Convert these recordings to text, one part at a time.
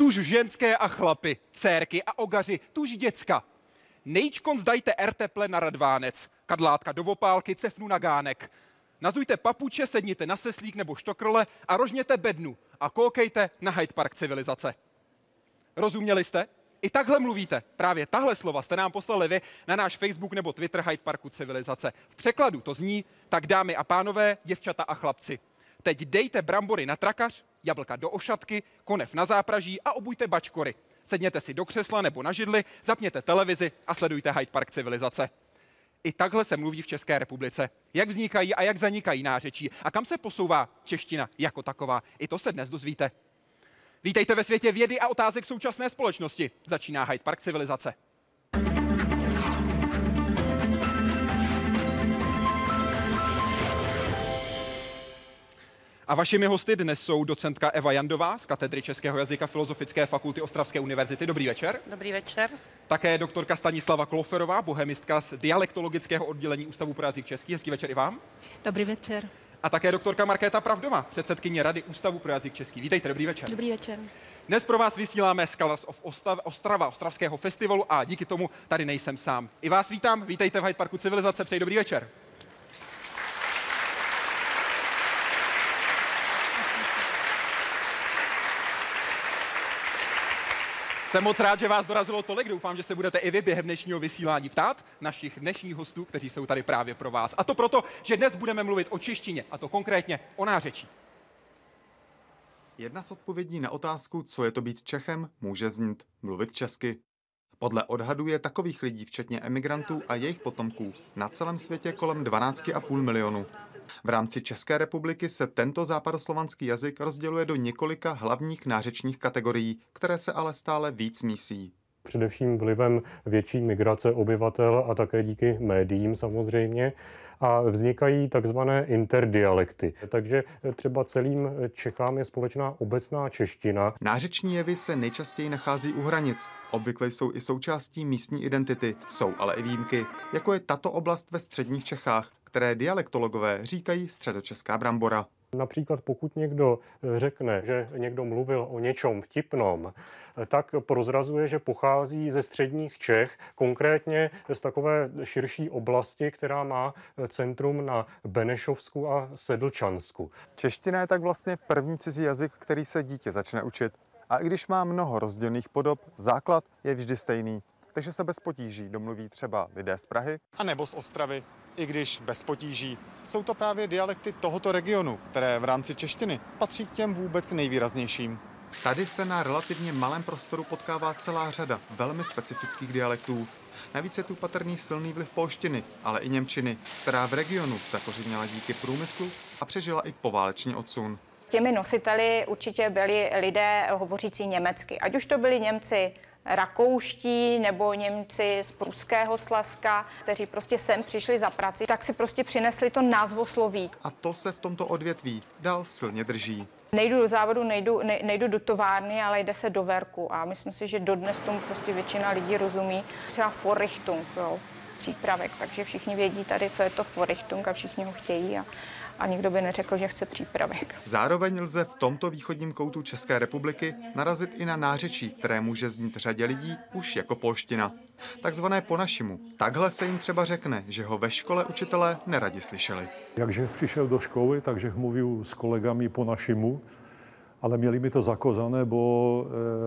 tuž ženské a chlapy, dcérky a ogaři, tuž děcka. Nejčkon zdajte erteple na radvánec, kadlátka do opálky, cefnu na gánek. Nazujte papuče, sedněte na seslík nebo štokrle a rožněte bednu a koukejte na Hyde Park civilizace. Rozuměli jste? I takhle mluvíte. Právě tahle slova jste nám poslali vy na náš Facebook nebo Twitter Hyde Parku civilizace. V překladu to zní: tak dámy a pánové, děvčata a chlapci, teď dejte brambory na trakař, jablka do ošatky, konev na zápraží a obujte bačkory. Sedněte si do křesla nebo na židli, zapněte televizi a sledujte Hyde Park civilizace. I takhle se mluví v České republice. Jak vznikají a jak zanikají nářečí a kam se posouvá čeština jako taková. I to se dnes dozvíte. Vítejte ve světě vědy a otázek současné společnosti. Začíná Hyde Park civilizace. A vašimi hosty dnes jsou docentka Eva Jandová z katedry českého jazyka Filozofické fakulty Ostravské univerzity. Dobrý večer. Dobrý večer. Také doktorka Stanislava Kloferová, bohemistka z dialektologického oddělení Ústavu pro jazyk český. Hezký večer i vám. Dobrý večer. A také doktorka Markéta Pravdová, předsedkyně Rady Ústavu pro jazyk český. Vítejte, dobrý večer. Dobrý večer. Dnes pro vás vysíláme z Colors of Ostrava, Ostravského festivalu a díky tomu tady nejsem sám. I vás vítám, vítejte v Hyde Parku civilizace, přeji dobrý večer. Jsem moc rád, že vás dorazilo tolik. Doufám, že se budete i vy během dnešního vysílání ptát našich dnešních hostů, kteří jsou tady právě pro vás. A to proto, že dnes budeme mluvit o češtině, a to konkrétně o nářečí. Jedna z odpovědí na otázku, co je to být Čechem, může znít mluvit česky. Podle odhadů je takových lidí, včetně emigrantů a jejich potomků, na celém světě kolem 12,5 milionu. V rámci České republiky se tento západoslovanský jazyk rozděluje do několika hlavních nářečních kategorií, které se ale stále víc mísí. Především vlivem větší migrace obyvatel a také díky médiím samozřejmě. A vznikají takzvané interdialekty. Takže třeba celým Čechám je společná obecná čeština. Nářeční jevy se nejčastěji nachází u hranic. Obvykle jsou i součástí místní identity. Jsou ale i výjimky, jako je tato oblast ve středních Čechách, které dialektologové říkají středočeská brambora. Například pokud někdo řekne, že někdo mluvil o něčem vtipnom, tak prozrazuje, že pochází ze středních Čech, konkrétně z takové širší oblasti, která má centrum na Benešovsku a Sedlčansku. Čeština je tak vlastně první cizí jazyk, který se dítě začne učit. A i když má mnoho rozdílných podob, základ je vždy stejný. Takže se bez potíží domluví třeba lidé z Prahy a nebo z Ostravy, i když bez potíží. Jsou to právě dialekty tohoto regionu, které v rámci češtiny patří k těm vůbec nejvýraznějším. Tady se na relativně malém prostoru potkává celá řada velmi specifických dialektů. Navíc je tu patrný silný vliv polštiny, ale i němčiny, která v regionu zakořenila díky průmyslu a přežila i poválečný odsun. Těmi nositeli určitě byli lidé hovořící německy. Ať už to byli Němci rakouští nebo Němci z pruského Slezska, kteří prostě sem přišli za prací, tak si prostě přinesli to názvosloví. A to se v tomto odvětví dál silně drží. Nejdu do závodu, nejdu do továrny, ale jde se do verku a myslím si, že dodnes tomu prostě většina lidí rozumí. Třeba Vorrichtung, jo, přípravek, takže všichni vědí tady, co je to Vorrichtung a všichni ho chtějí a nikdo by neřekl, že chce přípravek. Zároveň lze v tomto východním koutu České republiky narazit i na nářečí, které může znít řadě lidí už jako polština. Takzvané po našimu. Takhle se jim třeba řekne, že ho ve škole učitelé neradi slyšeli. Jakže přišel do škoły, takže mluvil s kolegami po našimu, ale měli mi to zakozané, bo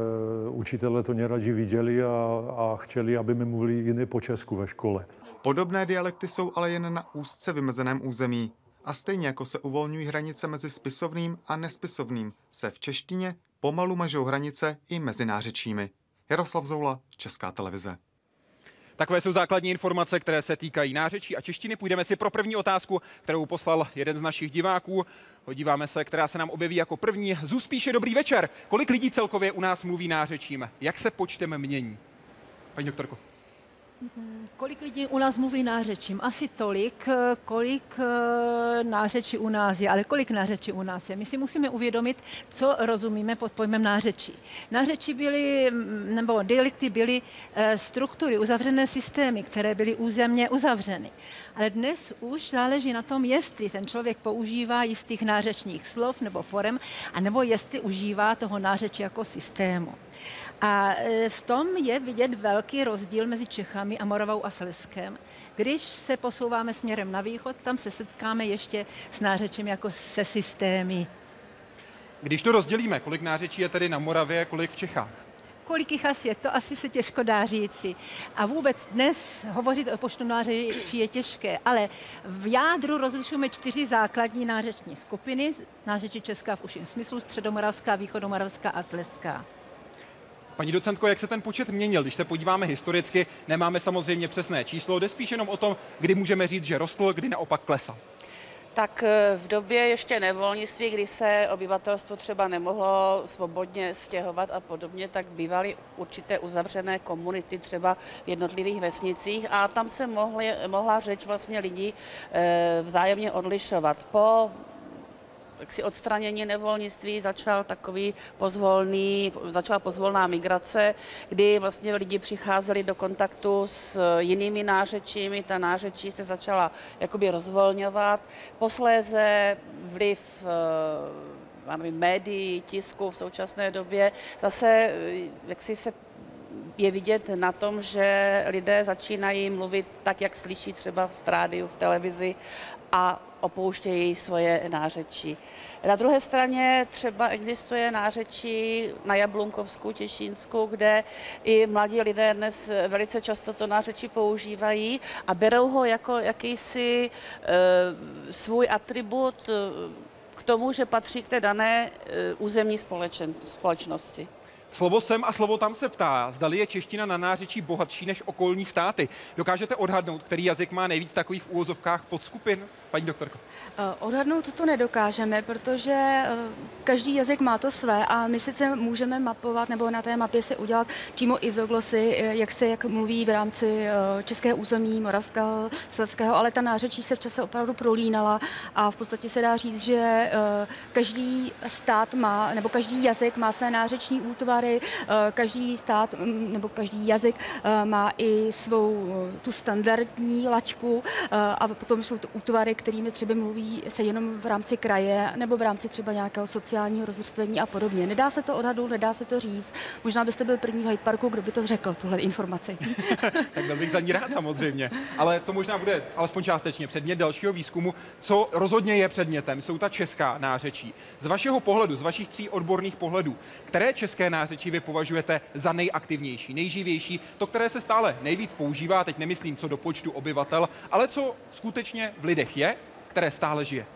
učitelé to neradi viděli a chtěli, aby mi mluvili jiné po česku ve škole. Podobné dialekty jsou ale jen na úzce vymezeném území. A stejně jako se uvolňují hranice mezi spisovným a nespisovným, se v češtině pomalu mažou hranice i mezi nářečími. Jaroslav Zoula, Česká televize. Takové jsou základní informace, které se týkají nářečí a češtiny. Půjdeme si pro první otázku, kterou poslal jeden z našich diváků. Podíváme se, která se nám objeví jako první. Zuspíše dobrý večer. Kolik lidí celkově u nás mluví nářečím? Jak se počtem mění? Paní doktorko. Kolik lidí u nás mluví nářečím? Asi tolik, kolik nářečí u nás je, ale kolik nářečí u nás je? My si musíme uvědomit, co rozumíme pod pojmem nářečí. Nářečí byly, nebo dialekty byly struktury, uzavřené systémy, které byly územně uzavřeny. Ale dnes už záleží na tom, jestli ten člověk používá jistých nářečních slov nebo forem, anebo jestli užívá toho nářečí jako systému. A v tom je vidět velký rozdíl mezi Čechami a Moravou a Slezskem. Když se posouváme směrem na východ, tam se setkáme ještě s nářečím jako se systémy. Když to rozdělíme, kolik nářečí je tedy na Moravě, kolik v Čechách? Kolik jich asi je, to asi se těžko dá říci. A vůbec dnes hovořit o počtu nářečí je těžké, ale v jádru rozlišujeme 4 základní nářeční skupiny. Nářečí česká v užším smyslu, středomoravská, východomoravská a slezská. Paní docentko, jak se ten počet měnil? Když se podíváme historicky, nemáme samozřejmě přesné číslo, jde spíš jenom o tom, kdy můžeme říct, že rostl, kdy naopak klesal. Tak v době ještě nevolnictví, kdy se obyvatelstvo třeba nemohlo svobodně stěhovat a podobně, tak bývaly určité uzavřené komunity třeba v jednotlivých vesnicích a tam se mohla řeč vlastně lidí vzájemně odlišovat. Po odstranění nevolnictví začala pozvolná migrace, kdy vlastně lidi přicházeli do kontaktu s jinými nářečími, ta nářečí se začala jakoby rozvolňovat. Posléze vliv médií, tisku v současné době zase se je vidět na tom, že lidé začínají mluvit tak, jak slyší třeba v rádiu, v televizi a opouštějí svoje nářečí. Na druhé straně třeba existuje nářečí na Jablunkovsku, Těšínsku, kde i mladí lidé dnes velice často to nářečí používají a berou ho jako jakýsi svůj atribut k tomu, že patří k té dané územní společnosti. Slovo sem a slovo tam se ptá, zdali je čeština na nářečí bohatší než okolní státy. Dokážete odhadnout, který jazyk má nejvíc takových v úvozovkách podskupin? Paní doktorko. Odhadnout to nedokážeme, protože každý jazyk má to své a my sice můžeme mapovat nebo na té mapě si udělat přímo izoglosy, jak mluví v rámci českého území, moravského, slezského, ale ta nářečí se v čase opravdu prolínala a v podstatě se dá říct, že každý stát má, nebo každý jazyk má své nářeční útvary, každý stát nebo každý jazyk má i svou tu standardní lačku a potom jsou to útvary, kterými třeba mluví se jenom v rámci kraje nebo v rámci třeba nějakého sociálního rozvrstvení a podobně. Nedá se to odhadnout, nedá se to říct. Možná byste byl první v Hyde Parku, kdo by to řekl, tuhle informaci. Tak byl bych za ní rád samozřejmě, ale to možná bude alespoň částečně předmět dalšího výzkumu. Co rozhodně je předmětem, jsou ta česká nářečí. Z vašeho pohledu, z vašich 3 odborných pohledů, které české nářečí vy považujete za nejaktivnější, nejživější, to, které se stále nejvíc používá, teď nemyslím co do počtu obyvatel, ale co skutečně v lidech je, které stále žije?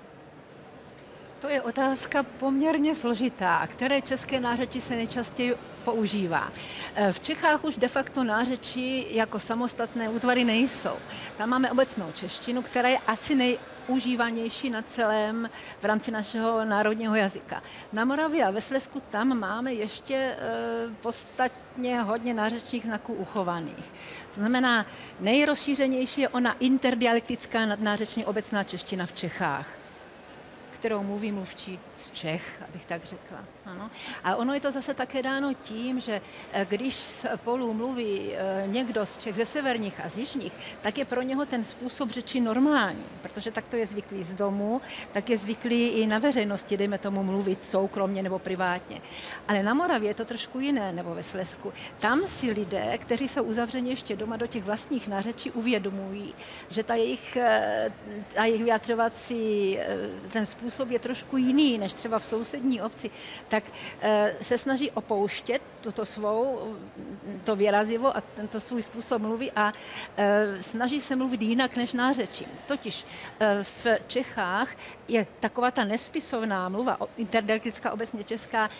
To je otázka poměrně složitá, které české nářečí se nejčastěji používá. V Čechách už de facto nářečí jako samostatné útvary nejsou. Tam máme obecnou češtinu, která je asi nejužívanější na celém v rámci našeho národního jazyka. Na Moravě a ve Slezsku tam máme ještě podstatně hodně nářečních znaků uchovaných. To znamená, nejrozšířenější je ona interdialektická nadnářeční obecná čeština v Čechách, kterou mluví mluvčí z Čech, abych tak řekla. Ano. A ono je to zase také dáno tím, že když spolu mluví někdo z Čech, ze severních a z jižních, tak je pro něho ten způsob řeči normální, protože takto je zvyklý z domu, tak je zvyklý i na veřejnosti, dejme tomu mluvit soukromně nebo privátně. Ale na Moravě je to trošku jiné, nebo ve Slezsku. Tam si lidé, kteří jsou uzavřeni ještě doma do těch vlastních nářečí, uvědomují, že ta jejich vyjadřovací ten způsob je trošku jiný, než třeba v sousední obci, tak se snaží opouštět to výrazivo a tento svůj způsob mluvy a snaží se mluvit jinak než nářečím. Totiž v Čechách je taková ta nespisovná mluva, interdialektická obecně česká,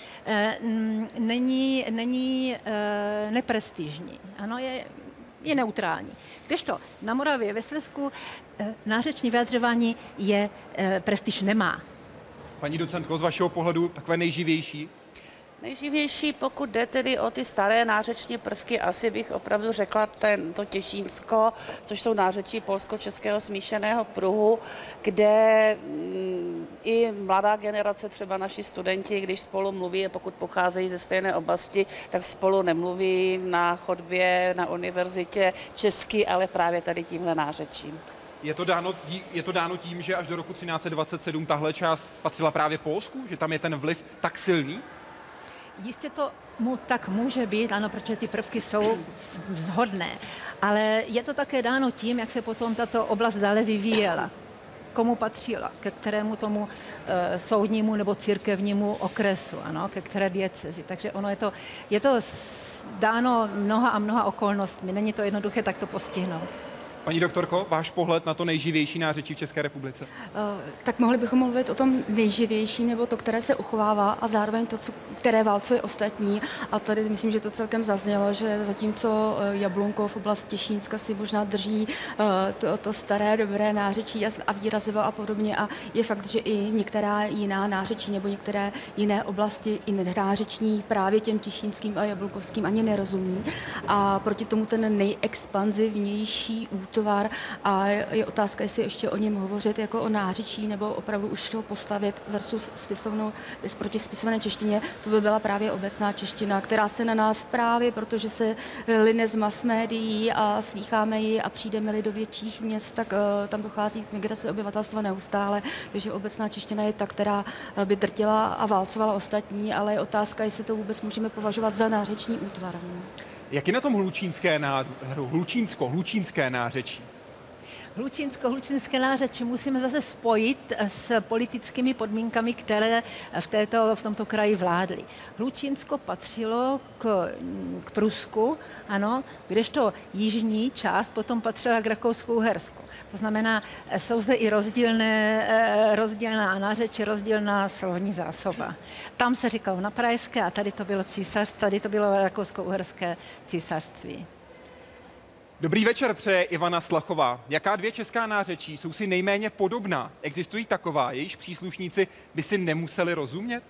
není neprestižní. Ano, je neutrální. Kdežto na Moravě, ve Slezsku nářeční vyjadřování prestiž nemá. Paní docentko, z vašeho pohledu takové nejživější? Nejživější, pokud jde tedy o ty staré nářeční prvky, asi bych opravdu řekla to Těšínsko, což jsou nářečí polsko-českého smíšeného pruhu, kde i mladá generace, třeba naši studenti, když spolu mluví, pokud pocházejí ze stejné oblasti, tak spolu nemluví na chodbě, na univerzitě česky, ale právě tady tímhle nářečím. Je to dáno tím, že až do roku 1327 tahle část patřila právě Polsku, že tam je ten vliv tak silný? Jistě to tak může být, ano, protože ty prvky jsou vzhodné, ale je to také dáno tím, jak se potom tato oblast dále vyvíjela. Komu patřila, ke kterému tomu soudnímu nebo církevnímu okresu, ano, ke které diecezi. Takže ono je to dáno mnoha a mnoha okolnostmi. Není to jednoduché takto postihnout. Paní doktorko, váš pohled na to nejživější nářečí v České republice? Tak mohli bychom mluvit o tom nejživějším, nebo to, které se uchovává, a zároveň to, které válcuje ostatní. A tady myslím, že to celkem zaznělo, že zatímco Jablunkov, oblast Těšínska si možná drží to staré, dobré nářečí a výrazivo a podobně. A je fakt, že i některá jiná nářečí nebo některé jiné oblasti i nářeční právě těm těšínským a jablunkovským ani nerozumí. A proti tomu ten nejexpanzivnější útvar, a je otázka, jestli ještě o něm hovořit jako o nářečí, nebo opravdu už to postavit versus proti spisovné češtině. To by byla právě obecná čeština, která se na nás právě, protože se line z mass médií a slýcháme ji a přijdeme-li do větších měst, tak tam dochází k migraci obyvatelstva neustále. Takže obecná čeština je ta, která by drtila a válcovala ostatní, ale je otázka, jestli to vůbec můžeme považovat za nářeční útvar. Jak je na tom hlučínské nářečí? Hlučínské nářečí musíme zase spojit s politickými podmínkami, které v tomto kraji vládly. Hlučínsko patřilo k Prusku, ano, kdežto jižní část potom patřila k Rakousku-Uhersku. To znamená, jsou zde i rozdílná nářečí, rozdílná slovní zásoba. Tam se říkalo na Pražské a tady to bylo císařství, tady to bylo Rakousko-Uherské císařství. Dobrý večer, přeje Ivana Slachová. Jaká dvě česká nářečí jsou si nejméně podobná? Existují taková, jejíž příslušníci by si nemuseli rozumět?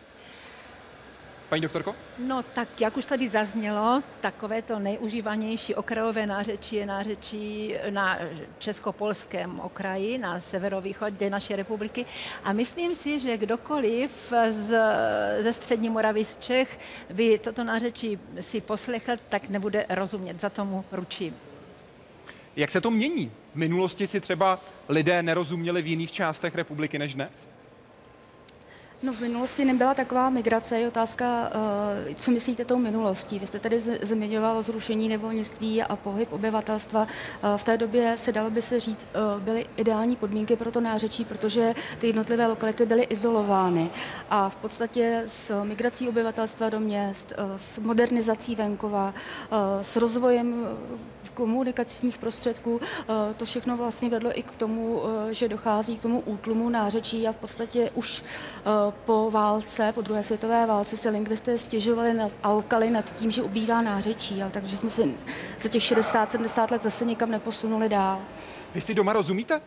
Paní doktorko? No tak, jak už tady zaznělo, takové to nejužívanější okrajové nářečí je nářečí na českopolském okraji, na severovýchodě naší republiky. A myslím si, že kdokoliv ze střední Moravy, z Čech by toto nářečí si poslechl, tak nebude rozumět. Za tomu ručím. Jak se to mění? V minulosti si třeba lidé nerozuměli v jiných částech republiky než dnes? No, v minulosti nebyla taková migrace, je otázka, co myslíte tou minulostí. Vy jste tady zmiňoval zrušení nevolnictví a pohyb obyvatelstva. V té době se dalo by se říct, byly ideální podmínky pro to nářečí, protože ty jednotlivé lokality byly izolovány. A v podstatě s migrací obyvatelstva do měst, s modernizací venkova, s rozvojem komunikačních prostředků, to všechno vlastně vedlo i k tomu, že dochází k tomu útlumu nářečí a v podstatě už po válce, po druhé světové válce se lingvisté stěžovali nad tím, že ubývá nářečí, takže jsme si za těch 60-70 let zase nikam neposunuli dál. Vy si doma rozumíte?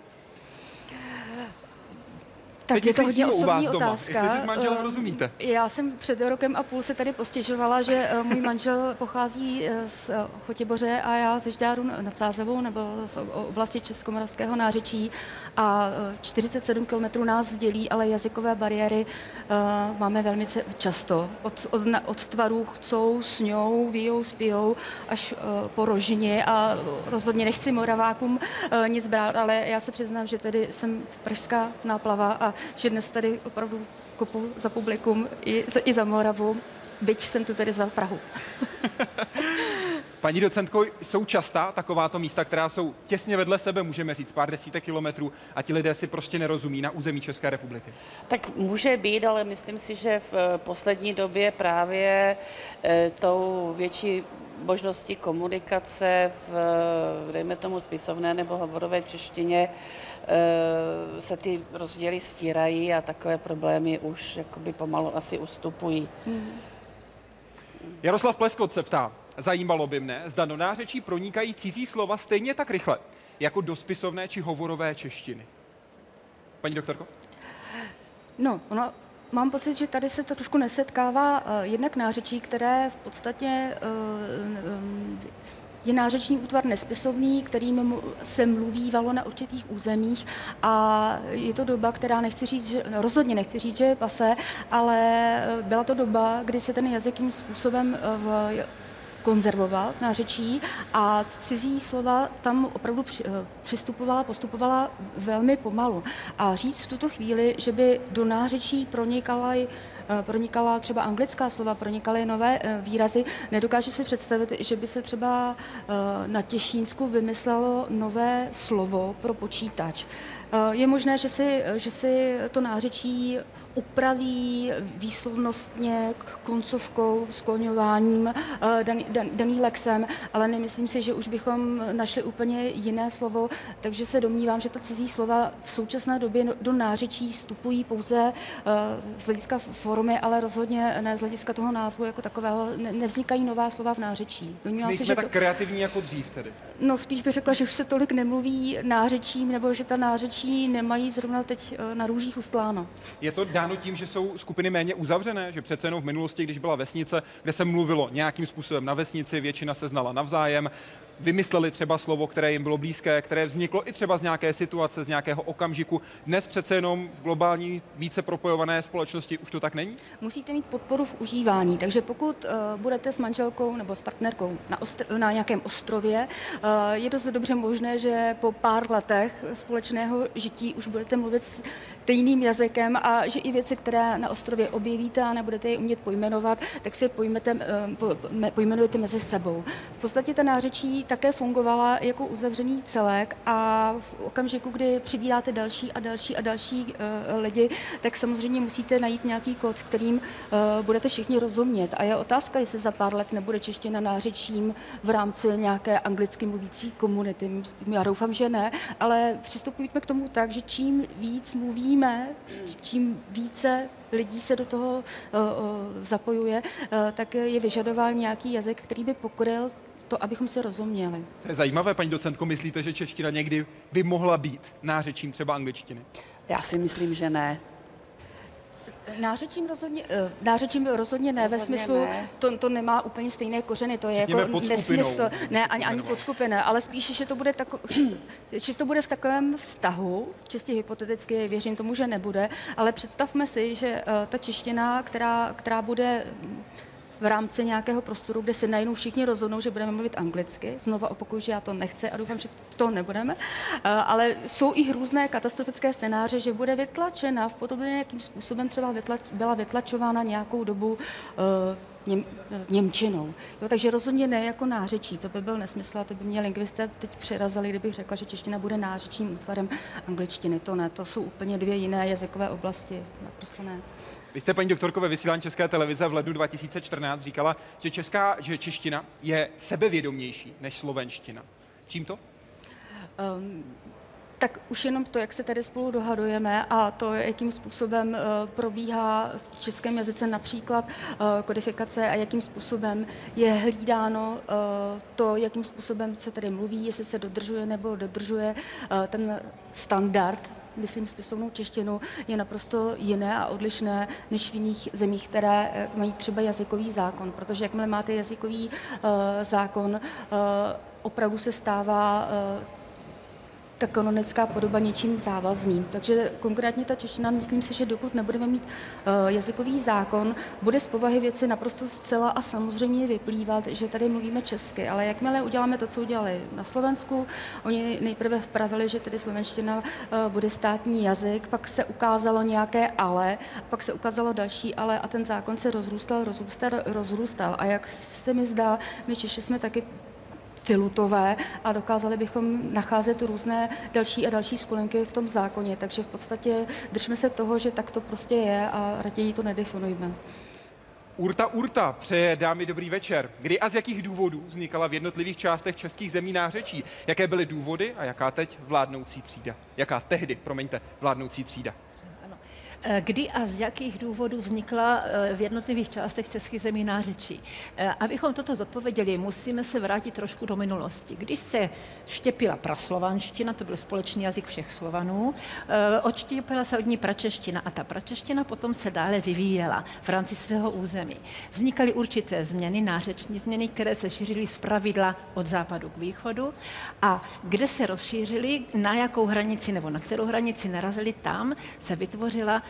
Tak teď je to hodně osobní otázka. Jestli si s manželem rozumíte? Já jsem před rokem a půl se tady postěžovala, že můj manžel pochází z Chotěboře a já ze Žďáru nad Sázavou nebo z oblasti Českomoravského nářečí a 47 kilometrů nás dělí, ale jazykové bariéry máme velmi často. Od tvarů chcou, sňou, víjou, spijou až po rožině a rozhodně nechci Moravákům nic brát, ale já se přiznám, že tedy jsem pražská náplava a že dnes tady opravdu kopu za publikum i za Moravu, byť jsem tu tedy za Prahu. Paní docentko, jsou častá takováto místa, která jsou těsně vedle sebe, můžeme říct, pár desítek kilometrů a ti lidé si prostě nerozumí na území České republiky? Tak může být, ale myslím si, že v poslední době právě tou větší možností komunikace v, dejme tomu, spisovné nebo hovorové češtině se ty rozdíly stírají a takové problémy už jakoby pomalu asi ustupují. Jaroslav Pleskot se ptá, zajímalo by mne, zda do nářečí pronikají cizí slova stejně tak rychle, jako do spisovné či hovorové češtiny. Paní doktorko? No, mám pocit, že tady se to trošku nesetkává jednak nářečí, které v podstatě je nářeční útvar nespisovný, kterým se mluvívalo na určitých územích a je to doba, která rozhodně nechci říct, že je pasé, ale byla to doba, kdy se ten jazyk tím způsobem konzervoval v nářečí a cizí slova tam opravdu postupovala velmi pomalu. A říct v tuto chvíli, že by do nářečí pronikala třeba anglická slova, pronikaly nové výrazy. Nedokážu si představit, že by se třeba na Těšínsku vymyslelo nové slovo pro počítač. Je možné, že si to nářečí upraví výslovnostně, koncovkou, skloňováním, daný lexem, ale nemyslím si, že už bychom našli úplně jiné slovo, takže se domnívám, že ta cizí slova v současné době do nářečí vstupují pouze z hlediska formy, ale rozhodně ne z hlediska toho názvu jako takového. Nevznikají nová slova v nářečí. Nejsme tak kreativní jako dřív tedy? No spíš bych řekla, že už se tolik nemluví nářečím, nebo že ta nářečí nemají zrovna teď na růžích ustláno. Je to dáno tím, že jsou skupiny méně uzavřené, že přece jenom v minulosti, když byla vesnice, kde se mluvilo nějakým způsobem na vesnici, většina se znala navzájem, vymysleli třeba slovo, které jim bylo blízké, které vzniklo i třeba z nějaké situace, z nějakého okamžiku. Dnes přece jenom v globální, více propojované společnosti už to tak není? Musíte mít podporu v užívání, takže pokud budete s manželkou nebo s partnerkou na nějakém ostrově, je dost dobře možné, že po pár letech společného žití už budete mluvit stejným jazykem a že i věci, které na ostrově objevíte a nebudete je umět pojmenovat, tak si pojmenujete mezi sebou. V podstatě ta nářečí také fungovala jako uzavřený celek a v okamžiku, kdy přibíráte další a další a další lidi, tak samozřejmě musíte najít nějaký kód, kterým budete všichni rozumět. A je otázka, jestli za pár let nebude čeština nářečím v rámci nějaké anglicky mluvící komunity. Já doufám, že ne, ale přistupujeme k tomu tak, že čím víc mluvíme, čím více lidí se do toho zapojuje, tak je vyžadován nějaký jazyk, který by pokryl to, abychom si rozuměli. To je zajímavé, paní docentko. Myslíte, že čeština někdy by mohla být nářečím třeba angličtiny? Já si myslím, že ne. Nářečím rozhodně ne, ve smyslu, to nemá úplně stejné kořeny, to je jako nesmysl, ne, ani podskupina, ale spíš, že to bude čisto bude v takovém vztahu, čistě hypoteticky, věřím tomu, že nebude, ale představme si, že ta čeština, která bude v rámci nějakého prostoru, kde se najednou všichni rozhodnou, že budeme mluvit anglicky. Znova opakuju, že já to nechci a doufám, že to nebudeme. Ale jsou i různé katastrofické scénáře, že bude vytlačena v podobě nějakým způsobem třeba byla vytlačována nějakou dobu němčinou. Jo, takže rozhodně ne jako nářečí. To by byl nesmysl a to by mě lingvisté teď přerazili, kdybych řekla, že čeština bude nářečním útvarem angličtiny. To ne, to jsou úplně dvě jiné jazykové oblasti. Naprosto ne. Vy jste, paní doktorko, ve vysílání České televize v lednu 2014 říkala, že čeština je sebevědomější než slovenština. Čím to? Tak už jenom to, jak se tady spolu dohadujeme a to, jakým způsobem probíhá v českém jazyce například kodifikace a jakým způsobem je hlídáno to, jakým způsobem se tady mluví, jestli se dodržuje nebo dodržuje ten standard, myslím spisovnou češtinu, je naprosto jiné a odlišné než v jiných zemích, které mají třeba jazykový zákon, protože jakmile máte jazykový zákon, opravdu se stává ta kanonická podoba něčím závazným. Takže konkrétně ta čeština, myslím si, že dokud nebudeme mít jazykový zákon, bude z povahy věci naprosto zcela a samozřejmě vyplývat, že tady mluvíme česky. Ale jakmile uděláme to, co udělali na Slovensku, oni nejprve vpravili, že tedy slovenština bude státní jazyk, pak se ukázalo nějaké ale, pak se ukázalo další ale a ten zákon se rozrůstal. A jak se mi zdá, my Češi jsme taky filutové a dokázali bychom nacházet různé další a další skulinky v tom zákoně. Takže v podstatě držme se toho, že tak to prostě je a raději to nedefinujme. Urta přeje dámy dobrý večer. Kdy a z jakých důvodů vznikala v jednotlivých částech českých zemí nářečí? Jaké byly důvody a jaká teď vládnoucí třída? Jaká tehdy, promiňte, vládnoucí třída? Kdy a z jakých důvodů vznikla v jednotlivých částech českých zemí nářečí. Abychom toto zodpověděli, musíme se vrátit trošku do minulosti. Když se štěpila praslovanština, to byl společný jazyk všech Slovanů, odštěpila se od ní pračeština a ta pračeština potom se dále vyvíjela v rámci svého území. Vznikaly určité změny, nářeční změny, které se šířily zpravidla od západu k východu a kde se rozšířily, na jakou hranici nebo na kterou hranici narazily, tam se vytvořila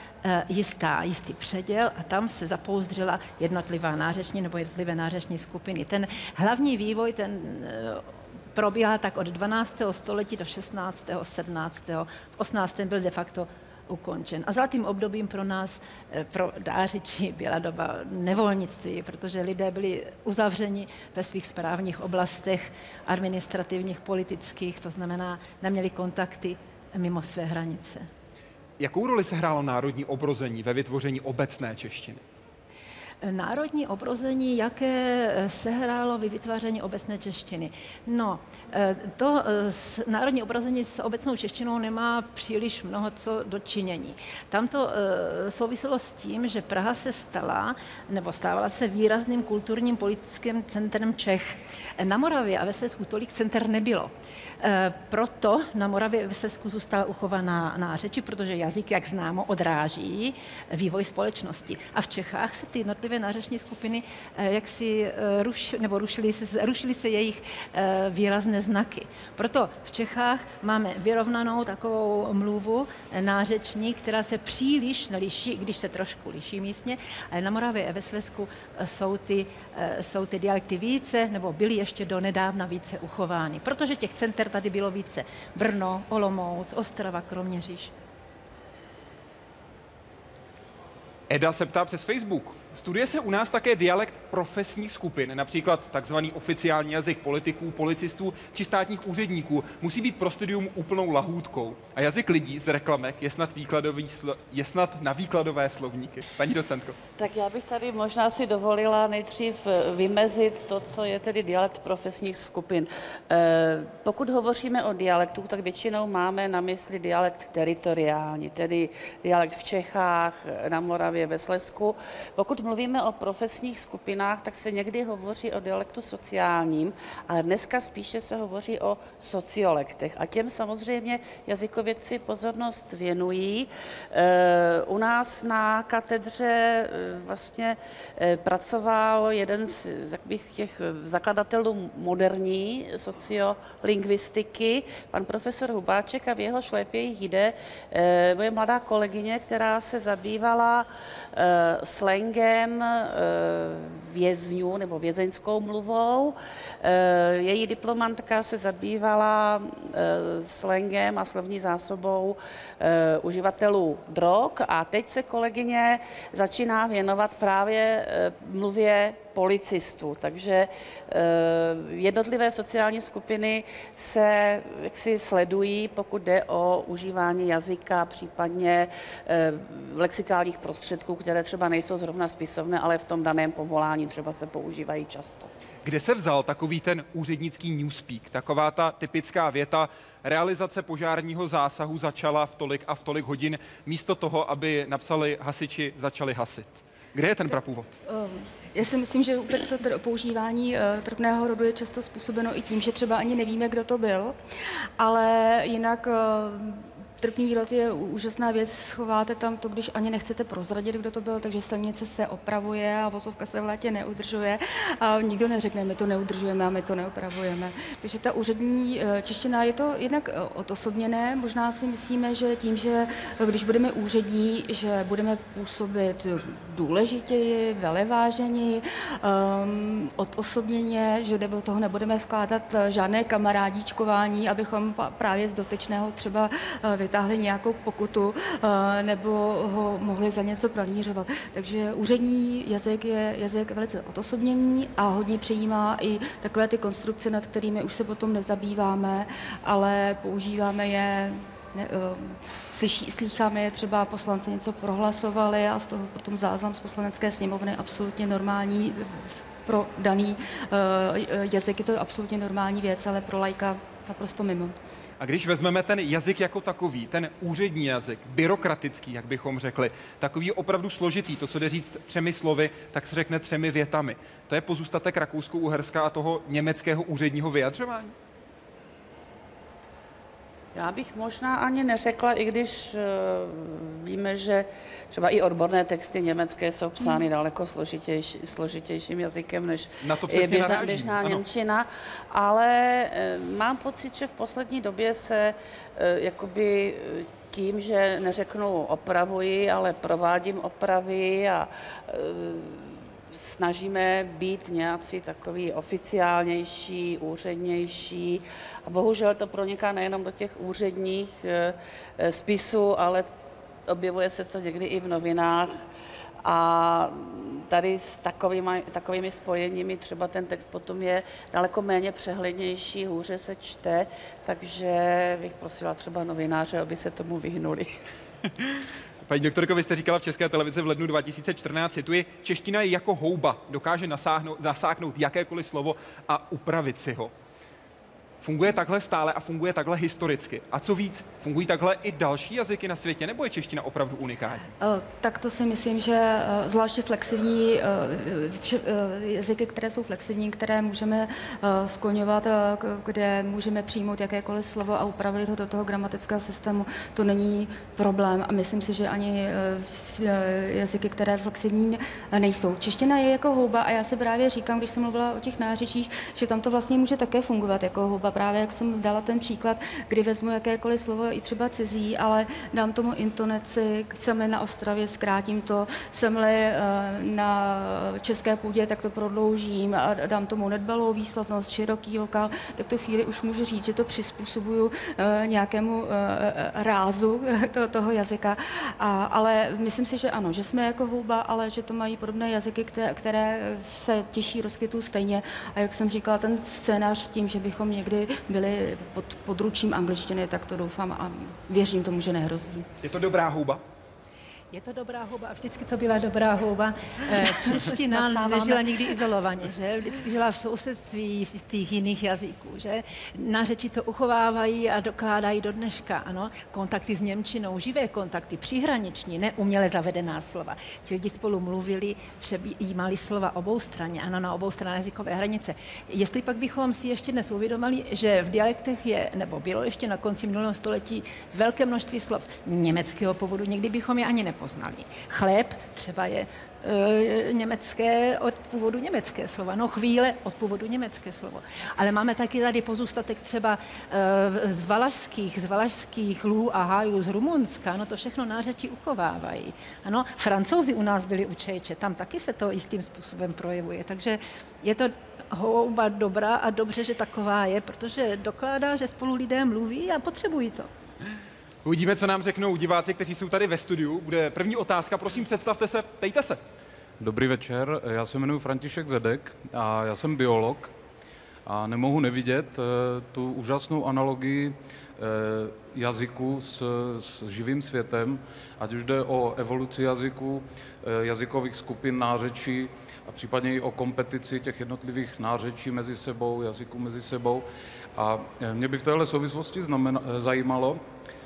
jistý předěl a tam se zapouzdřila jednotlivá nářeční nebo jednotlivé nářeční skupiny. Ten hlavní vývoj, ten probíhá tak od 12. století do 16., 17. V 18. byl de facto ukončen. A zlatým obdobím pro nás, pro Dářiči, byla doba nevolnictví, protože lidé byli uzavřeni ve svých správních oblastech, administrativních, politických, to znamená, neměli kontakty mimo své hranice. Jakou roli sehrálo národní obrození ve vytvoření obecné češtiny? Národní obrození, jaké sehrálo ve vytváření obecné češtiny? No, to národní obrození s obecnou češtinou nemá příliš mnoho co dočinění. Tam to souviselo s tím, že Praha se stávala se výrazným kulturním politickým centrem Čech. Na Moravě a ve Slezsku tolik center nebylo. Proto na Moravě ve Slezsku zůstala uchovaná nářeči, protože jazyk, jak známo, odráží vývoj společnosti. A v Čechách se ty jednotlivé nářeční skupiny jaksi rušily se jejich výrazné znaky. Proto v Čechách máme vyrovnanou takovou mluvu nářeční, která se příliš neliší, když se trošku liší místně, ale na Moravě a ve Slezsku jsou ty dialekty více, nebo byly ještě do nedávna více uchovány, protože těch center tady bylo více. Brno, Olomouc, Ostrava, Kroměříž. Eda se ptá přes Facebook. Studuje se u nás také dialekt profesních skupin, například takzvaný oficiální jazyk politiků, policistů či státních úředníků. Musí být pro studium úplnou lahůdkou. A jazyk lidí z reklamek je snad na výkladové slovníky. Paní docentko. Tak já bych tady možná si dovolila nejdřív vymezit to, co je tedy dialekt profesních skupin. Pokud hovoříme o dialektu, tak většinou máme na mysli dialekt teritoriální, tedy dialekt v Čechách, na Moravě, ve Slezsku. Pokud mluvíme o profesních skupinách, tak se někdy hovoří o dialektu sociálním, ale dneska spíše se hovoří o sociolektech. A těm samozřejmě jazykovědci pozornost věnují. U nás na katedře vlastně pracoval jeden z takových těch zakladatelů moderní sociolingvistiky, pan profesor Hubáček, a v jeho šlépějích jde moje mladá kolegyně, která se zabývala slangem vězňů nebo vězeňskou mluvou. Její diplomantka se zabývala slangem a slovní zásobou uživatelů drog a teď se kolegyně začíná věnovat právě mluvě policistů. Takže jednotlivé sociální skupiny se jaksi sledují, pokud jde o užívání jazyka, případně lexikálních prostředků, které třeba nejsou zrovna spisovné, ale v tom daném povolání třeba se používají často. Kde se vzal takový ten úřednický newspeak, taková ta typická věta, realizace požárního zásahu začala v tolik a v tolik hodin, místo toho, aby napsali hasiči, začali hasit? Kde je ten prapůvod? Já si myslím, že vůbec to používání trpného rodu je často způsobeno i tím, že třeba ani nevíme, kdo to byl, ale jinak trpný rod je úžasná věc, schováte tam to, když ani nechcete prozradit, kdo to byl, takže silnice se opravuje a vozovka se v létě neudržuje a nikdo neřekne, my to neudržujeme a my to neopravujeme. Takže ta úřední čeština je to jednak odosobněné, možná si myslíme, že tím, že když budeme úřední, že budeme působit důležitěji, veleváženěji, odosobněně, že do toho nebudeme vkládat žádné kamarádíčkování, abychom právě z dotyčného třeba vytáhli nějakou pokutu nebo ho mohli za něco pranířovat. Takže úřední jazyk je jazyk velice odosobněný a hodně přijímá i takové ty konstrukce, nad kterými už se potom nezabýváme, ale používáme je, slycháme je, třeba poslanci něco prohlasovali a z toho potom záznam z poslanecké sněmovny absolutně normální. Pro daný jazyk je to absolutně normální věc, ale pro laika naprosto mimo. A když vezmeme ten jazyk jako takový, ten úřední jazyk, byrokratický, jak bychom řekli, takový opravdu složitý, to, co jde říct 3 slovy, tak se řekne 3 větami. To je pozůstatek Rakousko-Uherska a toho německého úředního vyjadřování? Já bych možná ani neřekla, i když víme, že třeba i odborné texty německé jsou psány daleko složitějším jazykem, než je běžná němčina, ale mám pocit, že v poslední době se jakoby tím, že neřeknu opravuji, ale provádím opravy a snažíme být nějací takový oficiálnější, úřednější. A bohužel to proniká nejenom do těch úředních spisů, ale objevuje se to někdy i v novinách. A tady s takovými spojeními třeba ten text potom je daleko méně přehlednější, hůře se čte, takže bych prosila třeba novináře, aby se tomu vyhnuli. Paní doktorko, vy jste říkala v České televizi v lednu 2014, cituji, čeština je jako houba, dokáže nasáhnout jakékoliv slovo a upravit si ho. Funguje takhle stále a funguje takhle historicky. A co víc, fungují takhle i další jazyky na světě, nebo je čeština opravdu unikátní? Tak to si myslím, že zvláště flexivní jazyky, které jsou flexivní, které můžeme skloňovat, kde můžeme přijmout jakékoliv slovo a upravit ho do toho gramatického systému, to není problém. A myslím si, že ani jazyky, které flexivní nejsou. Čeština je jako houba a já si právě říkám, když jsem mluvila o těch nářečích, že tam to vlastně může také fungovat jako houba. Právě jak jsem dala ten příklad, kdy vezmu jakékoliv slovo, i třeba cizí, ale dám tomu intonaci, jsem-li na Ostravě, zkrátím to, jsem-li na české půdě, tak to prodloužím a dám tomu nedbalou výslovnost, široký vokál, tak tu chvíli už můžu říct, že to přizpůsobuju nějakému rázu toho jazyka. Ale myslím si, že ano, že jsme jako houba, ale že to mají podobné jazyky, které se těší rozkvětu stejně. A jak jsem říkala, ten scénář s tím, že bychom někdy byli pod područím angličtiny, tak to doufám a věřím tomu, že nehrozí. Je to dobrá houba? Je to dobrá houba a vždycky to byla dobrá houba. Čeština nežila nikdy izolovaně, že? Vždycky žila v sousedství z těch jiných jazyků, že? Nářečí to uchovávají a dokládají do dneška, ano. Kontakty s němčinou, živé kontakty, příhraniční, ne uměle zavedená slova. Ti lidi spolu mluvili, přejímali slova oboustranně, ano, na oboustranné jazykové hranice. Jestli pak bychom si ještě dnes uvědomili, že v dialektech je, nebo bylo ještě na konci minulého století velké množství slov německého původu, nikdy bychom je ani nepoznali. Chléb třeba je německé, od původu německé slovo, no chvíle od původu německé slovo. Ale máme taky tady pozůstatek třeba z valašských lů a hájů z Rumunska, no to všechno nářečí uchovávají. Ano, Francouzi u nás byli učejče, tam taky se to jistým způsobem projevuje, takže je to houba dobrá a dobře, že taková je, protože dokládá, že spolu lidé mluví a potřebují to. Uvidíme, co nám řeknou diváci, kteří jsou tady ve studiu. Bude první otázka, prosím, představte se, ptejte se. Dobrý večer, já se jmenuji František Zedek a já jsem biolog a nemohu nevidět tu úžasnou analogii jazyku s živým světem, ať už jde o evoluci jazyku, jazykových skupin, nářečí a případně i o kompetici těch jednotlivých nářečí mezi sebou, jazyků mezi sebou. A mě by v téhle souvislosti zajímalo,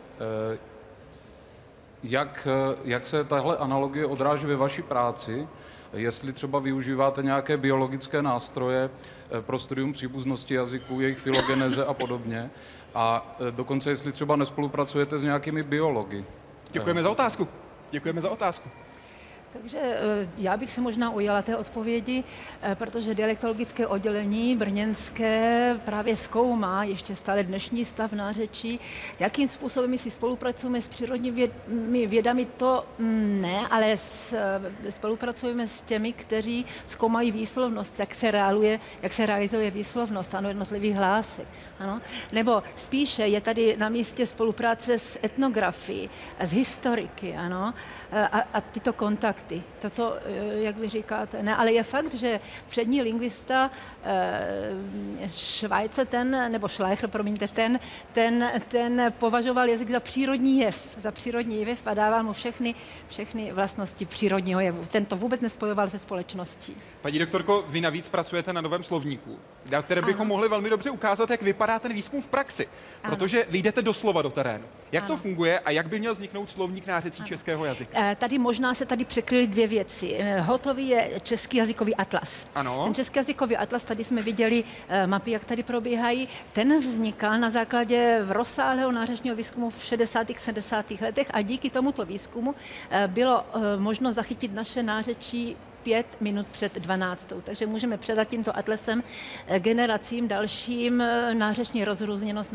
jak se tahle analogie odráží ve vaší práci, jestli třeba využíváte nějaké biologické nástroje pro studium příbuznosti jazyků, jejich filogeneze a podobně, a dokonce jestli třeba nespolupracujete s nějakými biology. Děkujeme za otázku. Děkujeme za otázku. Takže já bych se možná ujala té odpovědi, protože dialektologické oddělení brněnské právě zkoumá ještě stále dnešní stav nářečí, jakým způsobem my si spolupracujeme s přírodními vědami, to ne, ale spolupracujeme s těmi, kteří zkoumají výslovnost, jak se realizuje výslovnost, ano, jednotlivých hlásek. Ano. Nebo spíše je tady na místě spolupráce s etnografií, s historiky, ano, a tyto kontakty. Toto, jak vy říkáte, ne, ale je fakt, že přední lingvista Schleicher, promiňte, ten považoval jazyk za přírodní jev a dával mu všechny vlastnosti přírodního jevu. Ten to vůbec nespojoval se společností. Paní doktorko, vy navíc pracujete na novém slovníku, které bychom mohli velmi dobře ukázat, jak vypadá ten výzkum v praxi, protože vy jdete doslova do terénu. Jak to funguje a jak by měl vzniknout slovník nářecí českého jazyka? Tady možná se překryly dvě věci. Hotový je český jazykový atlas. Ano. Ten český jazykový atlas, tady jsme viděli mapy, jak tady probíhají. Ten vznikal na základě rozsáhlého nářečního výzkumu v 60. 70. letech a díky tomuto výzkumu bylo možno zachytit naše nářečí 5 minut před 12. Takže můžeme předat tímto atlasem generacím dalším nářeční rozrůzněnost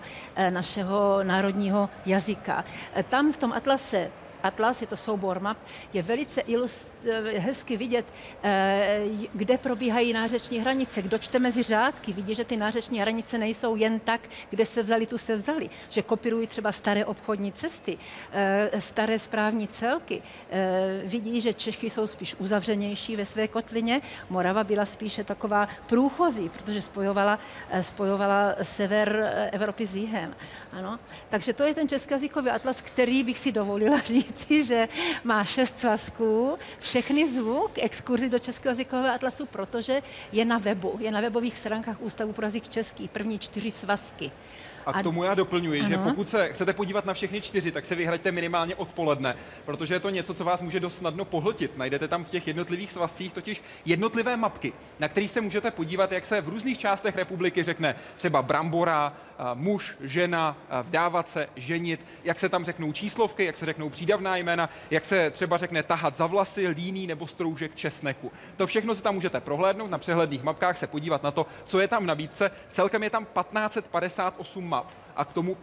našeho národního jazyka. Tam v tom atlase atlas, je to soubor map, je velice hezky vidět, kde probíhají nářeční hranice. Kdo čte mezi řádky, vidí, že ty nářeční hranice nejsou jen tak, kde se vzali, tu se vzali. Že kopírují třeba staré obchodní cesty, staré správní celky. Vidí, že Čechy jsou spíš uzavřenější ve své kotlině. Morava byla spíše taková průchozí, protože spojovala sever Evropy s jihem. Ano. Takže to je ten českojazykový atlas, který bych si dovolila říci, že má 6 svazků, všechny zvuk, exkurzi do českojazykového atlasu, protože je na webu, je na webových stránkách Ústavu pro jazyk český, první 4 svazky. A k tomu já doplňuji, že pokud se chcete podívat na všechny 4, tak se vyhraďte minimálně odpoledne, protože je to něco, co vás může dost snadno pohltit. Najdete tam v těch jednotlivých svazcích totiž jednotlivé mapky, na kterých se můžete podívat, jak se v různých částech republiky řekne třeba brambora, muž, žena, vdávat se, ženit, jak se tam řeknou číslovky, jak se řeknou přídavná jména, jak se třeba řekne tahat za vlasy, líný nebo stroužek česneku. To všechno se tam můžete prohlédnout, na přehledných mapkách se podívat na to, co je tam v nabídce. Celkem je tam 1558 map a k tomu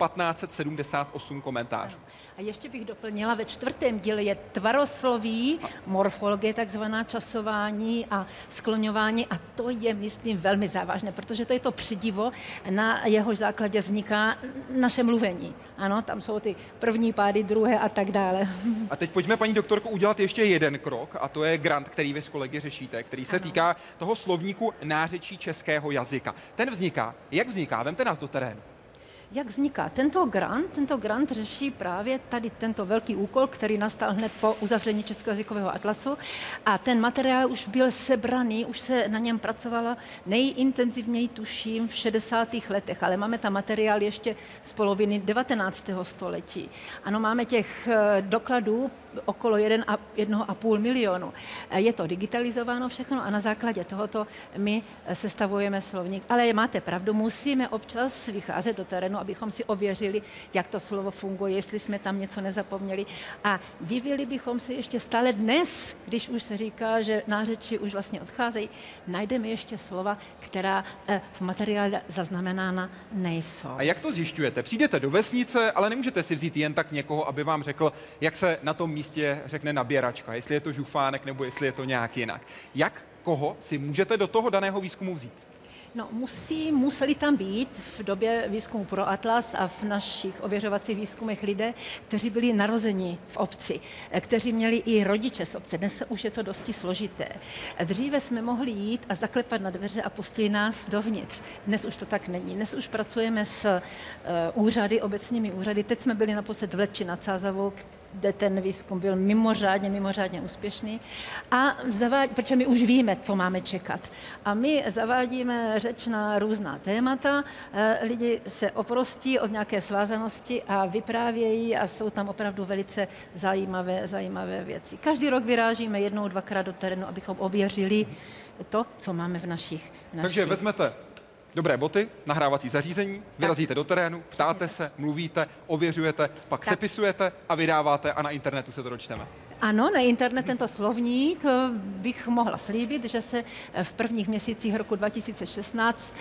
1578 komentářů. A ještě bych doplnila, ve 4. díle je tvarosloví, morfologie, takzvaná časování a skloňování a to je, myslím, velmi závažné, protože to je to přidivo, na jehož základě vzniká naše mluvení. Ano, tam jsou ty první pády, druhé a tak dále. A teď pojďme, paní doktorko, udělat ještě jeden krok a to je grant, který vy s kolegy řešíte, který se týká toho slovníku nářečí českého jazyka. Ten vzniká. Jak vzniká? Vemte nás do terénu. Jak vzniká tento grant řeší právě tady tento velký úkol, který nastal hned po uzavření českojazykového atlasu a ten materiál už byl sebraný, už se na něm pracovalo nejintenzivněji, tuším, v 60. letech, ale máme tam materiál ještě z poloviny 19. století. Ano, máme těch dokladů okolo 1,5 milionu. Je to digitalizováno všechno a na základě tohoto my sestavujeme slovník. Ale máte pravdu, musíme občas vycházet do terénu, abychom si ověřili, jak to slovo funguje, jestli jsme tam něco nezapomněli. A divili bychom se ještě stále dnes, když už se říká, že nářeči už vlastně odcházejí, najdeme ještě slova, která v materiále zaznamenána nejsou. A jak to zjišťujete? Přijdete do vesnice, ale nemůžete si vzít jen tak někoho, aby vám řekl, jak se na tom místě řekne naběračka, jestli je to žufánek nebo jestli je to nějak jinak. Jak koho si můžete do toho daného výzkumu vzít? No, museli tam být v době výzkumu pro Atlas a v našich ověřovacích výzkumech lidé, kteří byli narozeni v obci, kteří měli i rodiče z obce. Dnes už je to dosti složité. Dříve jsme mohli jít a zaklepat na dveře a pustili nás dovnitř. Dnes už to tak není. Dnes už pracujeme s úřady, obecními úřady. Teď jsme byli naposled v Letči nad Sázavou, kde ten výzkum byl mimořádně úspěšný. A protože my už víme, co máme čekat. A my zavádíme řeč na různá témata, lidi se oprostí od nějaké svázanosti a vyprávějí a jsou tam opravdu velice zajímavé věci. Každý rok vyrážíme 1, 2krát do terénu, abychom ověřili to, co máme v našich. Takže vezmete dobré boty, nahrávací zařízení, vyrazíte do terénu, ptáte se, mluvíte, ověřujete, pak sepisujete a vydáváte a na internetu se to dočteme. Ano, na internet tento slovník bych mohla slíbit, že se v prvních měsících roku 2016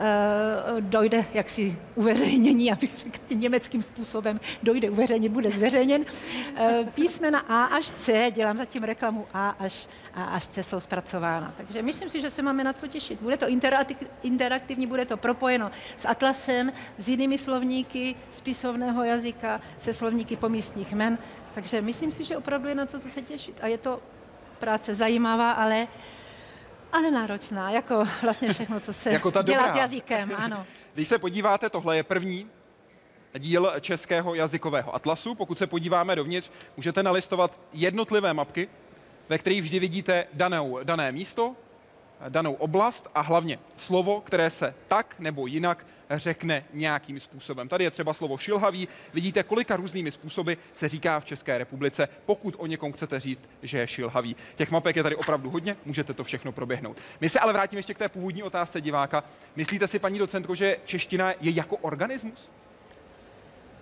dojde jaksi uveřejnění, abych řekla tím německým způsobem, dojde uveřejnění, bude zveřejněn. Písmena A až C, dělám zatím reklamu A až C jsou zpracována. Takže myslím si, že se máme na co těšit. Bude to interaktivní, bude to propojeno s atlasem, s jinými slovníky spisovného jazyka, se slovníky pomístních jmen. Takže myslím si, že opravdu je na co se těšit. A je to práce zajímavá, ale náročná, jako vlastně všechno, co se jako dělá s jazykem, ano. Když se podíváte, tohle je první díl českého jazykového atlasu. Pokud se podíváme dovnitř, můžete nalistovat jednotlivé mapky, ve kterých vždy vidíte dané místo, danou oblast a hlavně slovo, které se tak nebo jinak řekne nějakým způsobem. Tady je třeba slovo šilhavý. Vidíte, kolika různými způsoby se říká v České republice, pokud o někom chcete říct, že je šilhavý. Těch mapek je tady opravdu hodně, můžete to všechno proběhnout. My se ale vrátíme ještě k té původní otázce diváka. Myslíte si, paní docentko, že čeština je jako organismus?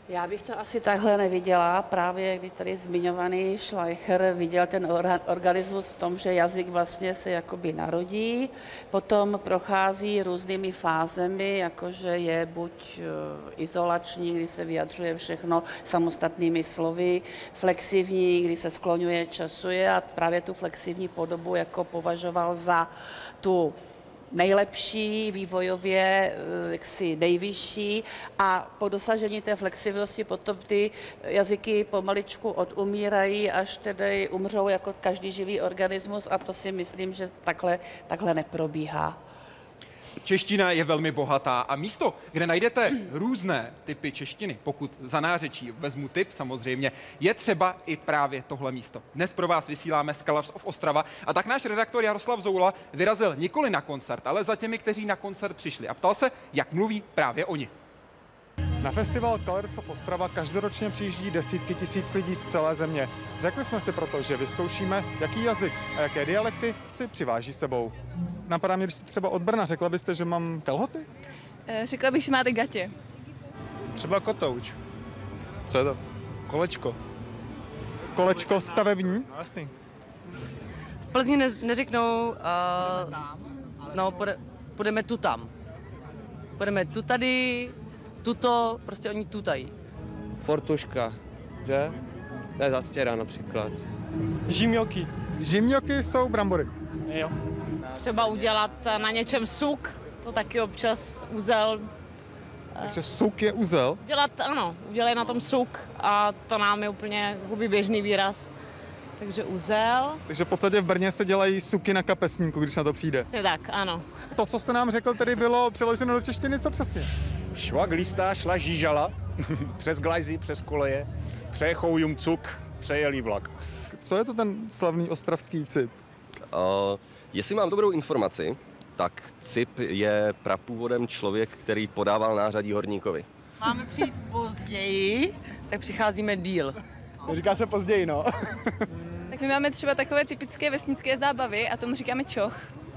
Já bych to asi takhle neviděla, právě když tady zmiňovaný Schleicher viděl ten organismus v tom, že jazyk vlastně se jakoby narodí, potom prochází různými fázemi, jakože je buď izolační, kdy se vyjadřuje všechno samostatnými slovy, flexivní, kdy se skloňuje, časuje a právě tu flexivní podobu jako považoval za tu nejlepší, vývojově jaksi nejvyšší a po dosažení té flexibilnosti potom ty jazyky pomaličku odumírají, až tedy umřou jako každý živý organismus a to si myslím, že takhle neprobíhá. Čeština je velmi bohatá a místo, kde najdete různé typy češtiny, pokud za nářečí vezmu typ samozřejmě, je třeba i právě tohle místo. Dnes pro vás vysíláme z Colors of Ostrava a tak náš redaktor Jaroslav Zoula vyrazil nikoli na koncert, ale za těmi, kteří na koncert přišli a ptal se, jak mluví právě oni. Na festival Colors of Ostrava každoročně přijíždí desítky tisíc lidí z celé země. Řekli jsme si proto, že vyzkoušíme, jaký jazyk a jaké dialekty si přiváží sebou. Napadá mě, když jste třeba od Brna, řekla byste, že mám kalhoty? Řekla bych, že máte gatě. Třeba kotouč. Co je to? Kolečko. Kolečko stavební? No, jasný. V Plzni neřeknou, půjdeme tu tam. Půjdeme tu tady, tuto, prostě oni tutají. Fortuška, že? To je zastěra například. Žimjoky. Žimjoky jsou brambory. Jo. Třeba udělat na něčem suk, to taky občas uzel. Takže suk je uzel? Udělej na tom suk a to nám je úplně běžný výraz. Takže uzel. Takže v podstatě v Brně se dělají suky na kapesníku, když na to přijde. Přesně tak, ano. To, co jste nám řekl, tedy bylo přeloženo do češtiny, co přesně? Šla glista, šla žížala, přes glajzy, přes koleje, přejechou jum cuk, přejelý vlak. Co je to ten slavný ostravský cip? Jestli mám dobrou informaci, tak cip je prapůvodem člověk, který podával nářadí horníkovi. Máme přijít později, tak přicházíme díl. Říká se později, no. Tak my máme třeba takové typické vesnické zábavy a tomu říkáme čoch.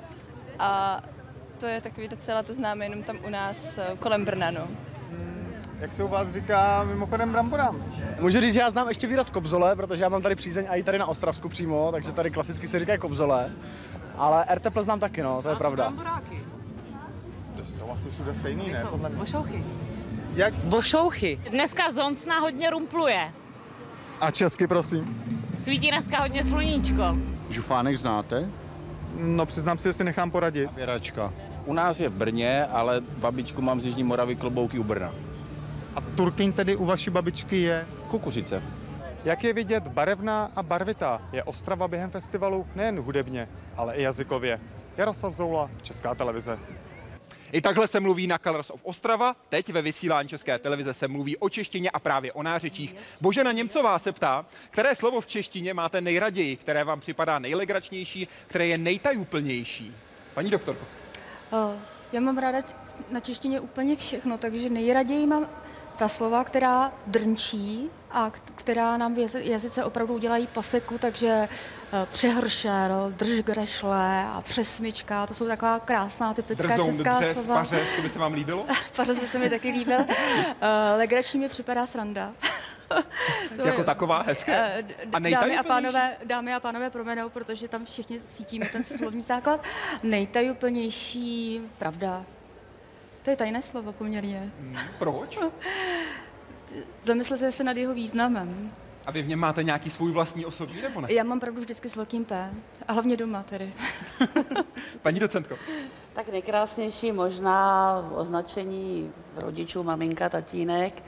A to je takový docela, to známe jenom tam u nás kolem Brna, no. Jak se u vás říká mimochodem bramborám? Můžu říct, že já znám ještě výraz kobzole, protože já mám tady přízeň a i tady na Ostravsku přímo, takže tady klasicky se říká kobzole. Ale RTP znám taky, no, to je pravda. Bramboráky. To jsou asi všude stejný, ne? Podle mě. Vošouchy. Jak? Vošouchy. Dneska Zoncna hodně rumpluje. A česky, prosím. Svítí dneska hodně sluníčko. Žufánek znáte? No, přiznám si, že si nechám poradit. Věračka. U nás je v Brně, ale babičku mám z Jižní Moravy, klobouky u Brna. A Turkyň tedy u vaší babičky je? Kukuřice. Jak je vidět barevná a barvitá je Ostrava během festivalu nejen hudebně, ale i jazykově. Jaroslav Zoula, Česká televize. I takhle se mluví na Colors of Ostrava. Teď ve vysílání České televize se mluví o češtině a právě o nářečích. Božena Němcová se ptá, které slovo v češtině máte nejraději, které vám připadá nejlegračnější, které je nejtajuplnější. Paní doktorko. Já mám ráda na češtině úplně všechno, takže nejraději mám ta slova, která drnčí a která nám v jazyce opravdu udělají paseku, takže přehršel, držgrešle a přesmyčka, to jsou taková krásná typická česká slova. Pařez, to by se vám líbilo? Pařez by se mi taky líbil. Legrační mi připadá sranda. Jako taková hezké. A dámy a pánové proměnou, protože tam všichni cítíme ten slovní základ. Nejtajuplnější, pravda. To je tajné slovo poměrně. Proč? Zamyslete se nad jeho významem. A vy v něm máte nějaký svůj vlastní osobní, nebo ne? Já mám pravdu vždycky s velkým P. A hlavně doma tedy. Paní docentko. Tak nejkrásnější možná označení rodičů, maminka, tatínek.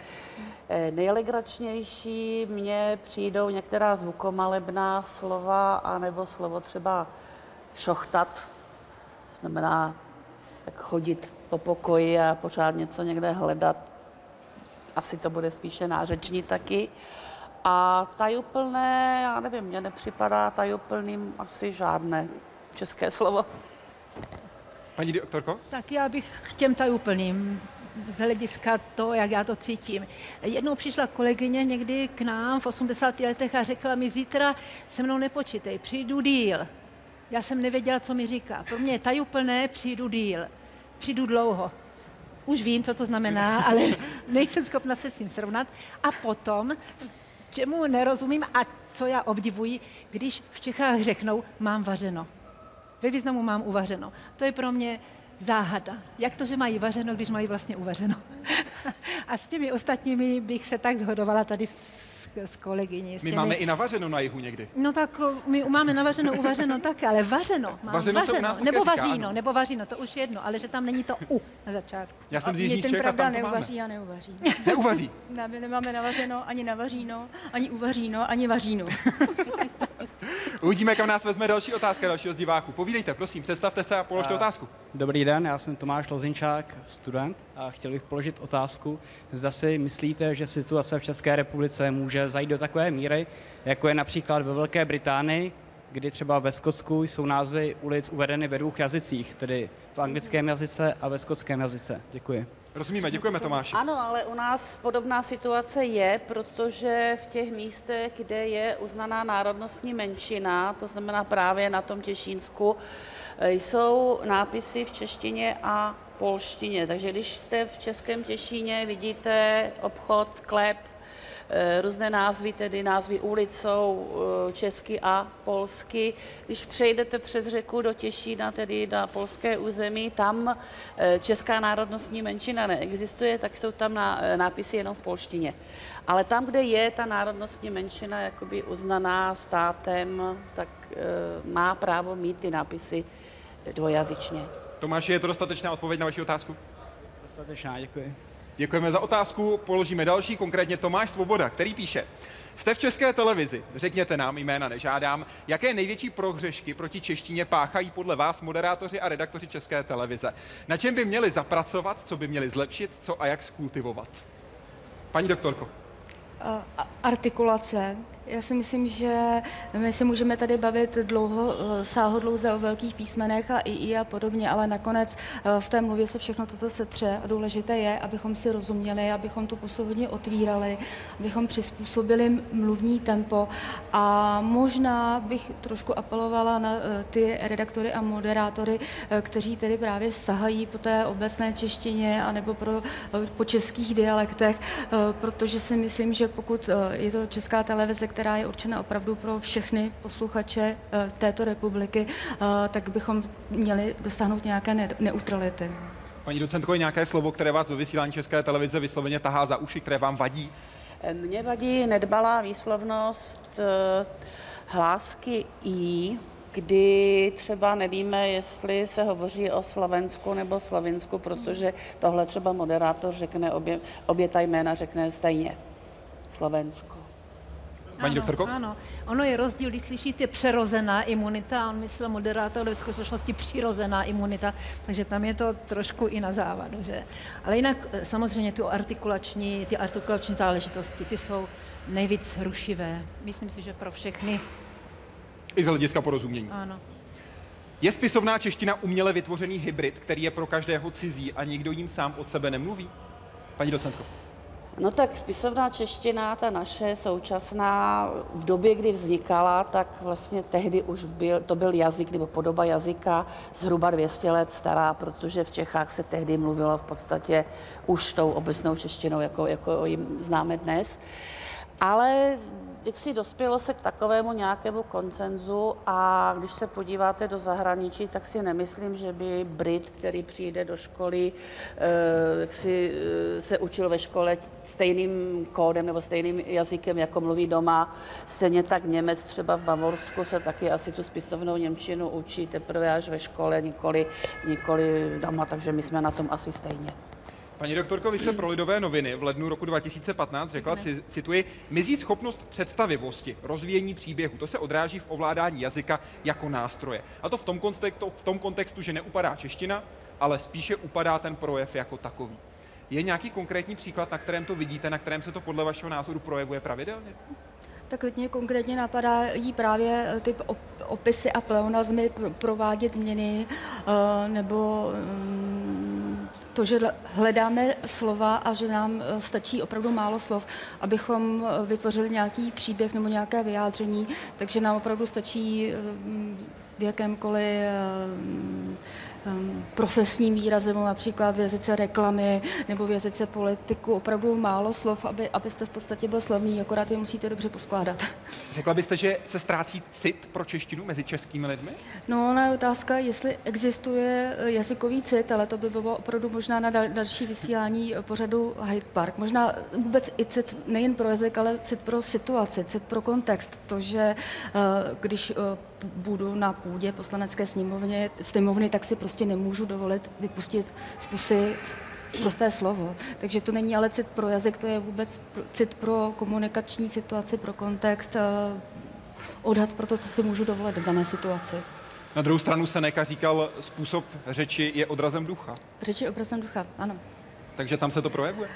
Nejlegračnější mně přijdou některá zvukomalebná slova, anebo slovo třeba šochtat. Znamená tak chodit po pokoji a pořád něco někde hledat. Asi to bude spíše nářeční taky. A tajuplné, já nevím, mně nepřipadá tajuplným asi žádné české slovo. Paní doktorko? Tak já bych k těm tajuplným z hlediska to, jak já to cítím. Jednou přišla kolegyně někdy k nám v 80. letech a řekla mi, zítra se mnou nepočítej, přijdu díl. Já jsem nevěděla, co mi říká. Pro mě je tajuplné, přijdu díl. Přijdu dlouho. už vím, co to znamená, ale nejsem schopna se s tím srovnat. A potom, čemu nerozumím a co já obdivuji, když v Čechách řeknou, mám vařeno. Ve významu mám uvařeno. To je pro mě záhada. Jak to, že mají vařeno, když mají vlastně uvařeno? A s těmi ostatními bych se tak shodovala tady s kolegyní. My máme i navařeno na jihu někdy. No tak my máme navařeno, uvařeno také, ale vařeno. Vařeno se u nás nebo také říká, vaříno, ano. nebo vaříno, to už jedno, ale že tam není to u na začátku. Já jsem z jižních Čech a tam to máme. neuvaří a neuvaří. Neuvaří. My nemáme navařeno, ani navaříno, ani uvaříno, ani vaříno. Uvidíme, kam nás vezme další otázka dalšího z diváků. Povídejte, prosím, představte se a položte otázku. Dobrý den, já jsem Tomáš Lozinčák, student a chtěl bych položit otázku. Zda si myslíte, že situace v České republice může zajít do takové míry, jako je například ve Velké Británii, kdy třeba ve Skotsku jsou názvy ulic uvedeny ve 2 jazycích, tedy v anglickém jazyce a ve skotském jazyce. Děkuji. Rozumíme, děkujeme Tomáši. Ano, ale u nás podobná situace je, protože v těch místech, kde je uznaná národnostní menšina, to znamená právě na tom Těšínsku, jsou nápisy v češtině a polštině. Takže když jste v Českém Těšíně, vidíte obchod, sklep, různé názvy, tedy názvy ulic jsou česky a polsky. Když přejdete přes řeku do Těšína, tedy na polské území, tam česká národnostní menšina neexistuje, tak jsou tam nápisy jenom v polštině. Ale tam, kde je ta národnostní menšina jakoby uznaná státem, tak má právo mít ty nápisy dvojazyčně. Tomáši, je to dostatečná odpověď na vaši otázku? Dostatečná, děkuji. Děkujeme za otázku, položíme další, konkrétně Tomáš Svoboda, který píše: Jste v České televizi, řekněte nám, jména nežádám, jaké největší prohřešky proti češtině páchají podle vás moderátoři a redaktoři České televize? Na čem by měli zapracovat, co by měli zlepšit, co a jak zkultivovat? Paní doktorko. Artikulace. Já si myslím, že my se můžeme tady bavit sáhodlouze o velkých písmenech a i a podobně, ale nakonec v té mluvě se všechno toto setře a důležité je, abychom si rozuměli, abychom tu pusu hodně otvírali, abychom přizpůsobili mluvní tempo a možná bych trošku apelovala na ty redaktory a moderátory, kteří tedy právě sahají po té obecné češtině anebo po českých dialektech, protože si myslím, že pokud je to Česká televize, která je určena opravdu pro všechny posluchače této republiky, tak bychom měli dosáhnout nějaké neutrality. Paní docentko, je nějaké slovo, které vás ve vysílání České televize vysloveně tahá za uši, které vám vadí? Mně vadí nedbalá výslovnost hlásky i, kdy třeba nevíme, jestli se hovoří o Slovensku nebo Slovinsku, protože tohle třeba moderátor řekne, obě ta jména řekne stejně. Slovensko. Paní doktorko? Ano, ono je rozdíl, když slyšíte přerozená imunita, on myslel moderátor, ale v skutečnosti přirozená imunita, takže tam je to trošku i na závadu, že? Ale jinak samozřejmě ty artikulační záležitosti, ty jsou nejvíc rušivé. Myslím si, že pro všechny. I z hlediska porozumění. Ano. Je spisovná čeština uměle vytvořený hybrid, který je pro každého cizí a nikdo jim sám od sebe nemluví? Paní docentko. No tak spisovná čeština, ta naše současná, v době, kdy vznikala, tak vlastně tehdy už to byl jazyk nebo podoba jazyka zhruba 200 let stará, protože v Čechách se tehdy mluvilo v podstatě už tou obecnou češtinou, jako ji známe dnes. Ale si dospělo se k takovému nějakému konsenzu a když se podíváte do zahraničí, tak si nemyslím, že by Brit, který přijde do školy, se učil ve škole stejným kódem nebo stejným jazykem, jako mluví doma. Stejně tak Němec třeba v Bavorsku se taky asi tu spisovnou němčinu učí teprve až ve škole, nikoli doma, takže my jsme na tom asi stejně. Paní doktorko, vy jste pro Lidové noviny v lednu roku 2015 řekla, cituji, mizí schopnost představivosti, rozvíjení příběhu. To se odráží v ovládání jazyka jako nástroje. A to v tom kontextu, že neupadá čeština, ale spíše upadá ten projev jako takový. Je nějaký konkrétní příklad, na kterém to vidíte, na kterém se to podle vašeho názoru projevuje pravidelně? Tak hodně konkrétně napadají právě ty opisy a pleonazmy, provádět změny nebo to, že hledáme slova a že nám stačí opravdu málo slov, abychom vytvořili nějaký příběh nebo nějaké vyjádření, takže nám opravdu stačí v jakémkoliv profesním výrazem, například v jazyce reklamy nebo v jazyce politiku, opravdu málo slov, abyste v podstatě byl slavný, akorát je musíte dobře poskládat. Řekla byste, že se ztrácí cit pro češtinu mezi českými lidmi? No, ona je otázka, jestli existuje jazykový cit, ale to by bylo opravdu možná na další vysílání pořadu Hyde Park. Možná vůbec i cit nejen pro jazyk, ale cit pro situaci, cit pro kontext. To, že když budu na půdě poslanecké sněmovny, tak si prostě nemůžu dovolit vypustit z pusy prosté slovo. Takže to není ale cit pro jazyk, to je vůbec cit pro komunikační situaci, pro kontext, odhad pro to, co si můžu dovolit v dané situaci. Na druhou stranu Seneca říkal, způsob řeči je odrazem ducha. Řeč je odrazem ducha, ano. Takže tam se to projevuje?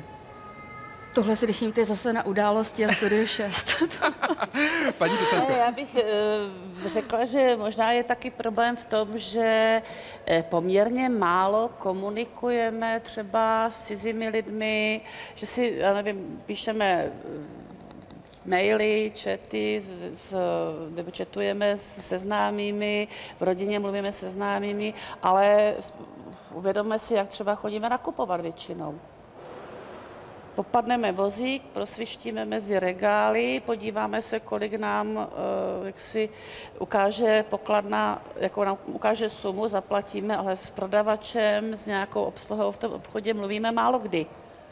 Tohle si dechnijte zase na Události a Studiu 6. Paní docentko. Já bych řekla, že možná je taky problém v tom, že poměrně málo komunikujeme třeba s cizími lidmi, že si, já nevím, píšeme maily, chaty, nebo chatujeme se známými, v rodině mluvíme se známými, ale uvědomme si, jak třeba chodíme nakupovat většinou. Popadneme vozík, prosvištíme mezi regály, podíváme se, kolik nám jaksi ukáže pokladna, jakou nám ukáže sumu, zaplatíme, ale s prodavačem, s nějakou obsluhou v tom obchodě mluvíme málo kdy.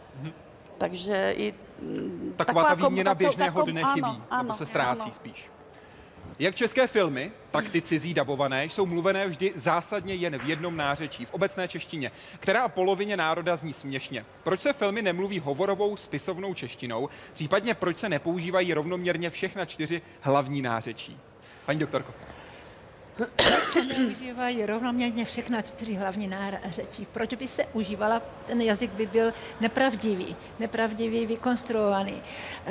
Takže i taková ta výměna běžného dne chybí, nebo se ztrácí spíš. Jak české filmy, tak ty cizí dabované jsou mluvené vždy zásadně jen v jednom nářečí, v obecné češtině, která polovině národa zní směšně. Proč se filmy nemluví hovorovou spisovnou češtinou, případně proč se nepoužívají rovnoměrně všechna 4 hlavní nářečí? Paní doktorko. Proč se neužívají rovnoměrně všechna 4 hlavní nářečí? Proč by se užívala, ten jazyk by byl nepravdivý, vykonstruovaný.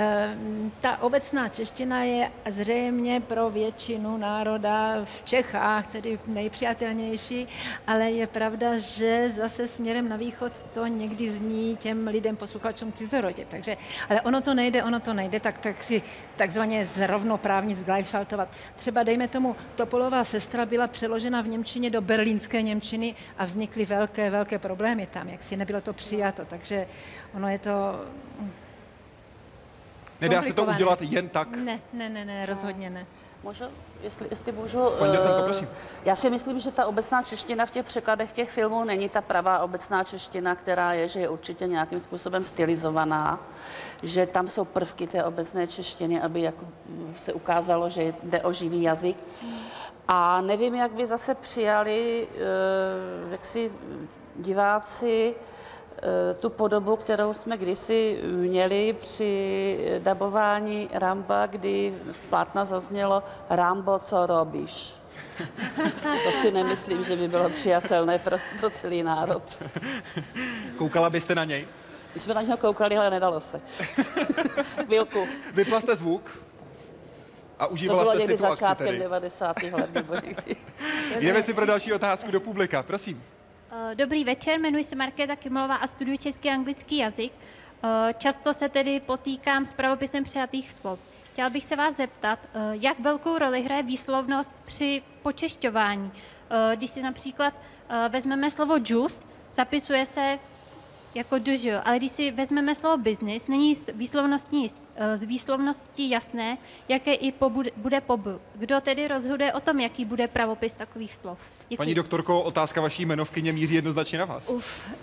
Ta obecná čeština je zřejmě pro většinu národa v Čechách tedy nejpřijatelnější, ale je pravda, že zase směrem na východ to někdy zní těm lidem, posluchačům cizorodě. Takže, ale ono to nejde, tak si takzvaně zrovnoprávnit, zgleichschaltovat. Třeba dejme tomu Topolová sestra byla přeložena v němčině do berlínské němčiny a vznikly velké problémy tam, jak si nebylo to přijato, takže ono je to Nedá se to udělat jen tak? Ne, rozhodně ne. Můžu, jestli můžu, prosím. Já si myslím, že ta obecná čeština v těch překladech těch filmů není ta pravá obecná čeština, která je, že je určitě nějakým způsobem stylizovaná, že tam jsou prvky té obecné češtiny, aby jako se ukázalo, že jde o živý jazyk. A nevím, jak by zase přijali jaksi diváci tu podobu, kterou jsme kdysi měli při dabování Ramba, kdy z plátna zaznělo Rambo, co robíš? To si nemyslím, že by bylo přijatelné pro celý národ. Koukala byste na něj? My jsme na něho koukali, ale nedalo se. Chvilku. Vypla jste zvuk? A užívala jste si tu akci začátkem tedy? 90. let nebo někdy. Jdeme si pro další otázku do publika, prosím. Dobrý večer, jmenuji se Markéta Kymelová a studuji český a anglický jazyk. Často se tedy potýkám s pravopisem přijatých slov. Chtěla bych se vás zeptat, jak velkou roli hraje výslovnost při počešťování. Když si například vezmeme slovo juice, zapisuje se jako dužu, ale když si vezmeme slovo business, není z výslovnosti jasné, jaké i bude pobu. Kdo tedy rozhoduje o tom, jaký bude pravopis takových slov? Děkuji. Paní doktorko, otázka vaší jmenovkyně míří jednoznačně na vás.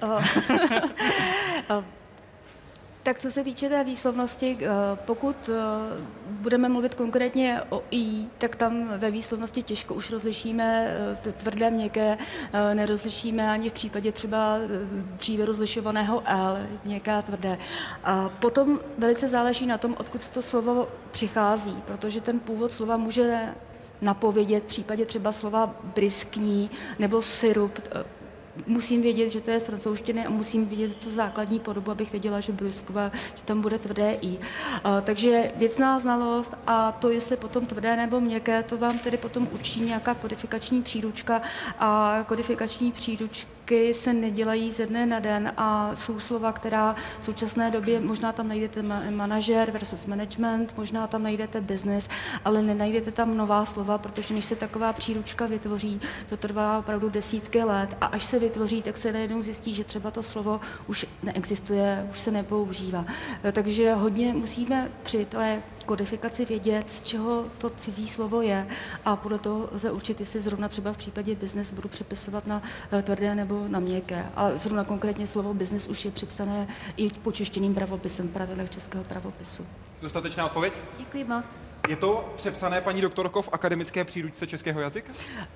Tak co se týče té výslovnosti, pokud budeme mluvit konkrétně o i, tak tam ve výslovnosti těžko už rozlišíme tvrdé, měkké, nerozlišíme ani v případě třeba dříve rozlišovaného L, měkké, tvrdé. A potom velice záleží na tom, odkud to slovo přichází, protože ten původ slova může napovědět v případě třeba slova briskní nebo syrup. Musím vědět, že to je z francouzštiny a musím vědět tu základní podobu, abych věděla, že brusková, že tam bude tvrdé i. Takže věcná znalost a to, jestli potom tvrdé nebo měkké, to vám tedy potom učí nějaká kodifikační příručka a kodifikační příručky příčky se nedělají ze dne na den a jsou slova, která v současné době, možná tam najdete manažer versus management, možná tam najdete business, ale nenajdete tam nová slova, protože než se taková příručka vytvoří, to trvá opravdu desítky let a až se vytvoří, tak se najednou zjistí, že třeba to slovo už neexistuje, už se nepoužívá. Takže hodně musíme při té kodifikaci vědět, z čeho to cizí slovo je a podle toho lze určit, jestli zrovna třeba v případě business budu přepisovat na tvrdé nebo na měkké. Ale zrovna konkrétně slovo business už je připsané i počeštěným pravopisem v pravidlech českého pravopisu. Dostatečná odpověď? Děkuji moc. Je to přepsané, paní doktorko, v akademické příručce českého jazyka?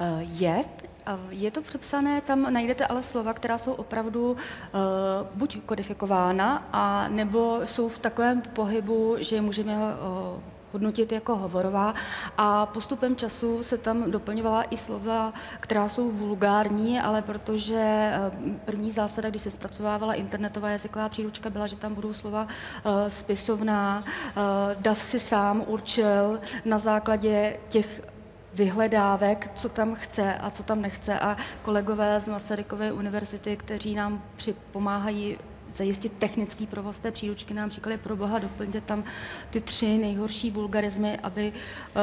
Je to přepsané, tam najdete ale slova, která jsou opravdu buď kodifikována, a nebo jsou v takovém pohybu, že je můžeme hodnotit jako hovorová a postupem času se tam doplňovala i slova, která jsou vulgární, ale protože první zásada, když se zpracovávala internetová jazyková příručka, byla, že tam budou slova spisovná. DAV si sám určil na základě těch vyhledávek, co tam chce a co tam nechce a kolegové z Masarykovy univerzity, kteří nám pomáhají zajistit technický provoz té příručky, nám říkali, pro boha, doplňte tam ty 3 nejhorší vulgarizmy, aby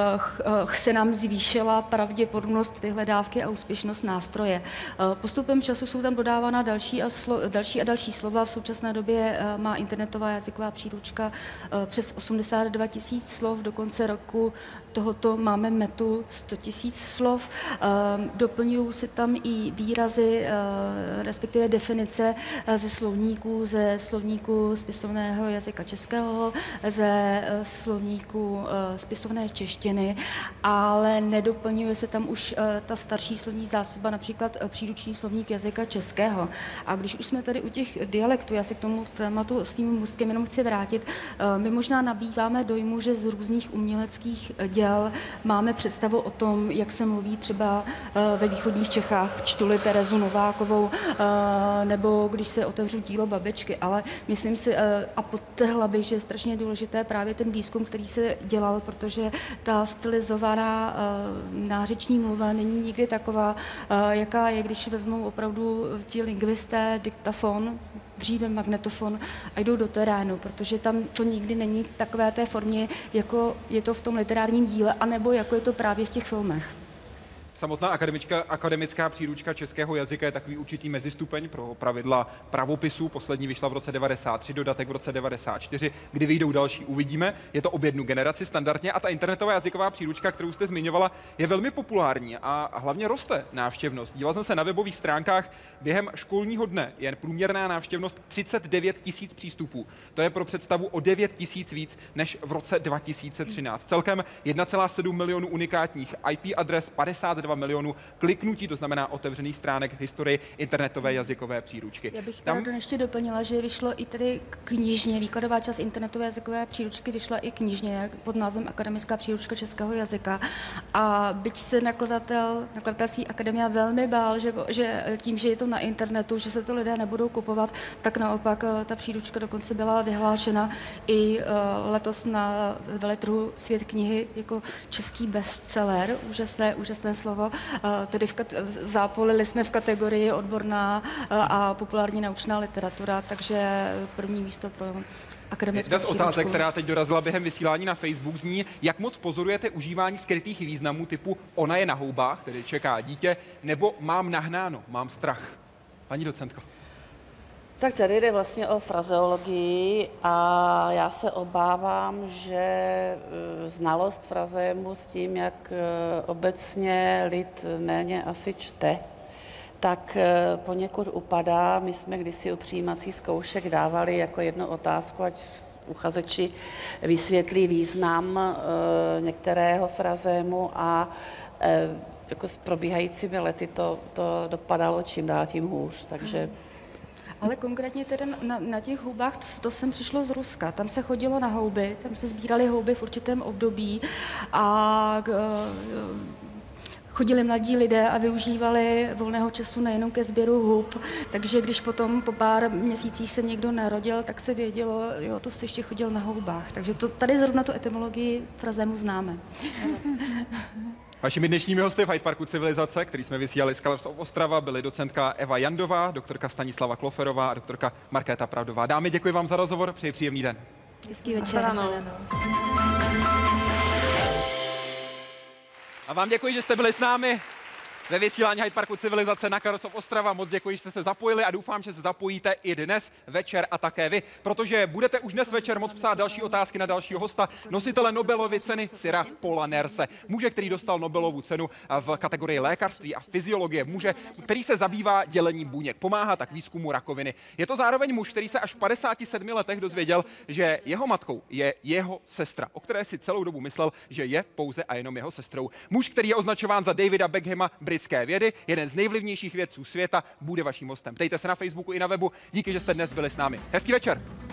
se nám zvýšila pravděpodobnost vyhledávky a úspěšnost nástroje. Postupem času jsou tam dodávána další a další slova. V současné době má internetová jazyková příručka přes 82 000 slov. Do konce roku tohoto máme metu 100 000 slov. Doplňují se tam i výrazy, respektive definice ze slovníku spisovného jazyka českého, ze slovníku spisovné češtiny, ale nedoplňuje se tam už ta starší slovní zásoba, například příruční slovník jazyka českého. A když už jsme tady u těch dialektů, já se k tomu tématu s tím můstkem jenom chci vrátit, my možná nabýváme dojmu, že z různých uměleckých děl máme představu o tom, jak se mluví třeba ve východních Čechách, čtu-li Terezu Novákovou, nebo když se otevřu dílo babičky, ale myslím si a podtrhla bych, že je strašně důležité právě ten výzkum, který se dělal, protože ta stylizovaná nářeční mluva není nikdy taková, jaká je, když vezmou opravdu ti lingvisté diktafon, dříve magnetofon a jdou do terénu, protože tam to nikdy není v takové té formě, jako je to v tom literárním díle, anebo jako je to právě v těch filmech. Samotná akademická příručka českého jazyka je takový určitý mezistupeň pro pravidla pravopisu. Poslední vyšla v roce 93, dodatek v roce 94, kdy vyjdou další, uvidíme. Je to ob jednu generaci standardně a ta internetová jazyková příručka, kterou jste zmiňovala, je velmi populární a hlavně roste návštěvnost. Díval jsem se na webových stránkách, během školního dne je průměrná návštěvnost 39 000 přístupů. To je pro představu o 9 000 víc než v roce 2013. Celkem 1,7 milionu unikátních IP adres, 52 milionů kliknutí, to znamená otevřených stránek v historii internetové jazykové příručky. Já bych tam ještě doplnila, že vyšlo i tedy knižně, výkladová část internetové jazykové příručky vyšla i knižně pod názvem Akademická příručka českého jazyka. A byť se nakladatelství Akademia velmi bál, že tím, že je to na internetu, že se to lidé nebudou kupovat, tak naopak ta příručka dokonce byla vyhlášena i letos na veletrhu Svět knihy jako český bestseller, úžasné slovo. Tedy zápolili jsme v kategorii odborná a populární naučná literatura, takže první místo pro akademickou Jedna z otázek, která teď dorazila během vysílání na Facebook, zní, jak moc pozorujete užívání skrytých významů typu ona je na houbách, tedy čeká dítě, nebo mám nahnáno, mám strach. Paní docentko. Tak tady jde vlastně o frazeologii a já se obávám, že znalost frazému s tím, jak obecně lid méně asi čte, tak poněkud upadá. My jsme kdysi u přijímacích zkoušek dávali jako jednu otázku, ať uchazeči vysvětlí význam některého frazému a jako s probíhajícími lety to dopadalo čím dál tím hůř, takže... Ale konkrétně tedy na těch houbách, to sem přišlo z Ruska. Tam se chodilo na houby, tam se sbíraly houby v určitém období a chodili mladí lidé a využívali volného času nejenom ke sběru hub, takže když potom po pár měsících se někdo narodil, tak se vědělo, jo, to se ještě chodil na houbách. Takže tady zrovna tu etymologii frazému známe. Vašimi dnešními hosty v Hyde Parku Civilizace, který jsme vysílali z Colors of Ostrava, byly docentka Eva Jandová, doktorka Stanislava Kloferová a doktorka Markéta Pravdová. Dámy, děkuji vám za rozhovor, přeji příjemný den. Hezký večer. A vám děkuji, že jste byli s námi ve vysílání Hyde Parku Civilizace na Colors of Ostrava. Moc děkuji, že jste se zapojili a doufám, že se zapojíte i dnes večer a také vy, protože budete už dnes večer moct psát další otázky na dalšího hosta, nositele Nobelovy ceny Cyrila Paula Nerse. Muže, který dostal Nobelovu cenu v kategorii lékařství a fyziologie. Muže, který se zabývá dělením buněk, pomáhá tak výzkumu rakoviny. Je to zároveň muž, který se až v 57 letech dozvěděl, že jeho matkou je jeho sestra, o které si celou dobu myslel, že je pouze a jenom jeho sestrou. Muž, který je označován za Davida Beckhama britské vědy, jeden z nejvlivnějších vědců světa, bude vaším hostem. Ptejte se na Facebooku i na webu. Díky, že jste dnes byli s námi. Hezký večer.